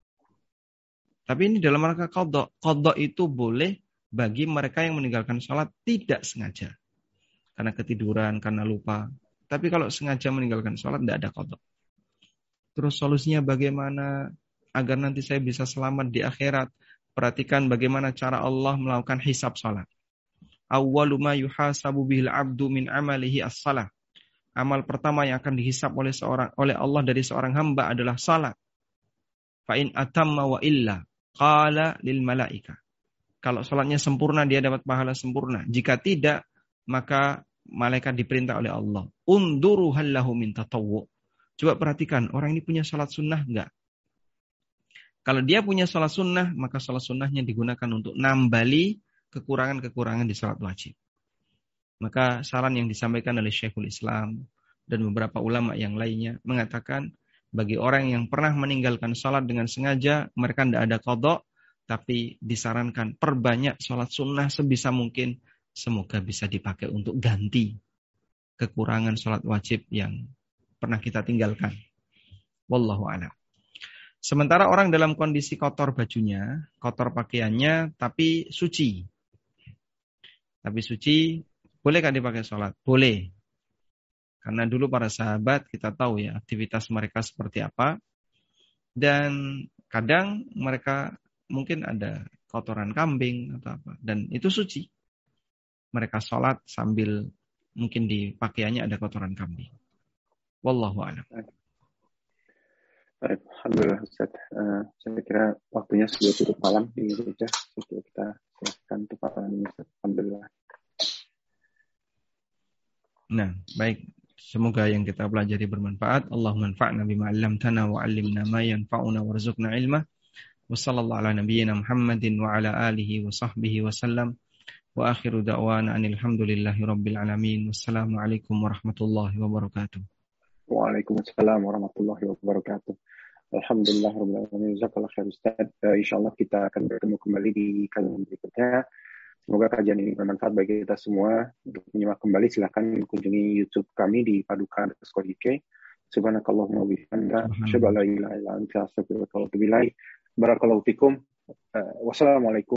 Tapi ini dalam rangka qadha. Qadha itu boleh bagi mereka yang meninggalkan sholat tidak sengaja. Karena ketiduran, karena lupa. Tapi kalau sengaja meninggalkan sholat tidak ada qadha. Terus solusinya bagaimana agar nanti saya bisa selamat di akhirat? Perhatikan bagaimana cara Allah melakukan hisab salat. Awwalu ma yuhasabu bihil abdu min amalihi as-salah. Amal pertama yang akan dihisab oleh seorang oleh Allah dari seorang hamba adalah salat. Fa in atamma wa illa qala lil malaika. Kalau salatnya sempurna dia dapat pahala sempurna. Jika tidak, maka malaikat diperintah oleh Allah, unduru hal lahu min tatawwu. Coba perhatikan, orang ini punya salat sunnah enggak? Kalau dia punya salat sunnah, maka salat sunnahnya digunakan untuk nambali kekurangan-kekurangan di salat wajib. Maka saran yang disampaikan oleh Syekhul Islam dan beberapa ulama yang lainnya mengatakan, bagi orang yang pernah meninggalkan salat dengan sengaja, mereka tidak ada qadha, tapi disarankan perbanyak salat sunnah sebisa mungkin, semoga bisa dipakai untuk ganti kekurangan salat wajib yang pernah kita tinggalkan. Wallahu a'lam. Sementara orang dalam kondisi kotor bajunya, kotor pakaiannya, tapi suci. Tapi suci, bolehkah dipakai sholat? Boleh. Karena dulu para sahabat, kita tahu ya, aktivitas mereka seperti apa. Dan kadang mereka mungkin ada kotoran kambing atau apa. Dan itu suci. Mereka sholat sambil mungkin di pakaiannya ada kotoran kambing. Wallahu a'lam. Alhamdulillah Ustaz. Uh, saya kira waktunya sudah tutup malam di Indonesia. Jadi kita silakan untuk malam ini Ustaz. Alhamdulillah. Nah, baik. Semoga yang kita pelajari bermanfaat. Allahumma anfa'na bima 'allamtana wa 'allimna ma yanfa'una warzuqna ilma. Wa sallallahu ala nabiyyina Muhammadin wa ala alihi wa sahbihi wa sallam. Wa akhiru da'wana anil hamdulillahi rabbil alamin. Wassalamualaikum warahmatullahi wabarakatuh. Waalaikumsalam warahmatullahi wabarakatuh. Alhamdulillah rabbil alamin. Jazakallahu khair Ustaz. Uh, insyaallah kita akan bertemu kembali di kajian berikutnya. Semoga kajian ini bermanfaat bagi kita semua. Untuk menyimak kembali silakan kunjungi YouTube kami di Paduka underscore U K. Subhanakallahumma wa bihamdika asyhadu an la ilaha illa anta astaghfiruka wa atubu ilaik. Barakallahu fikum. Uh, wassalamualaikum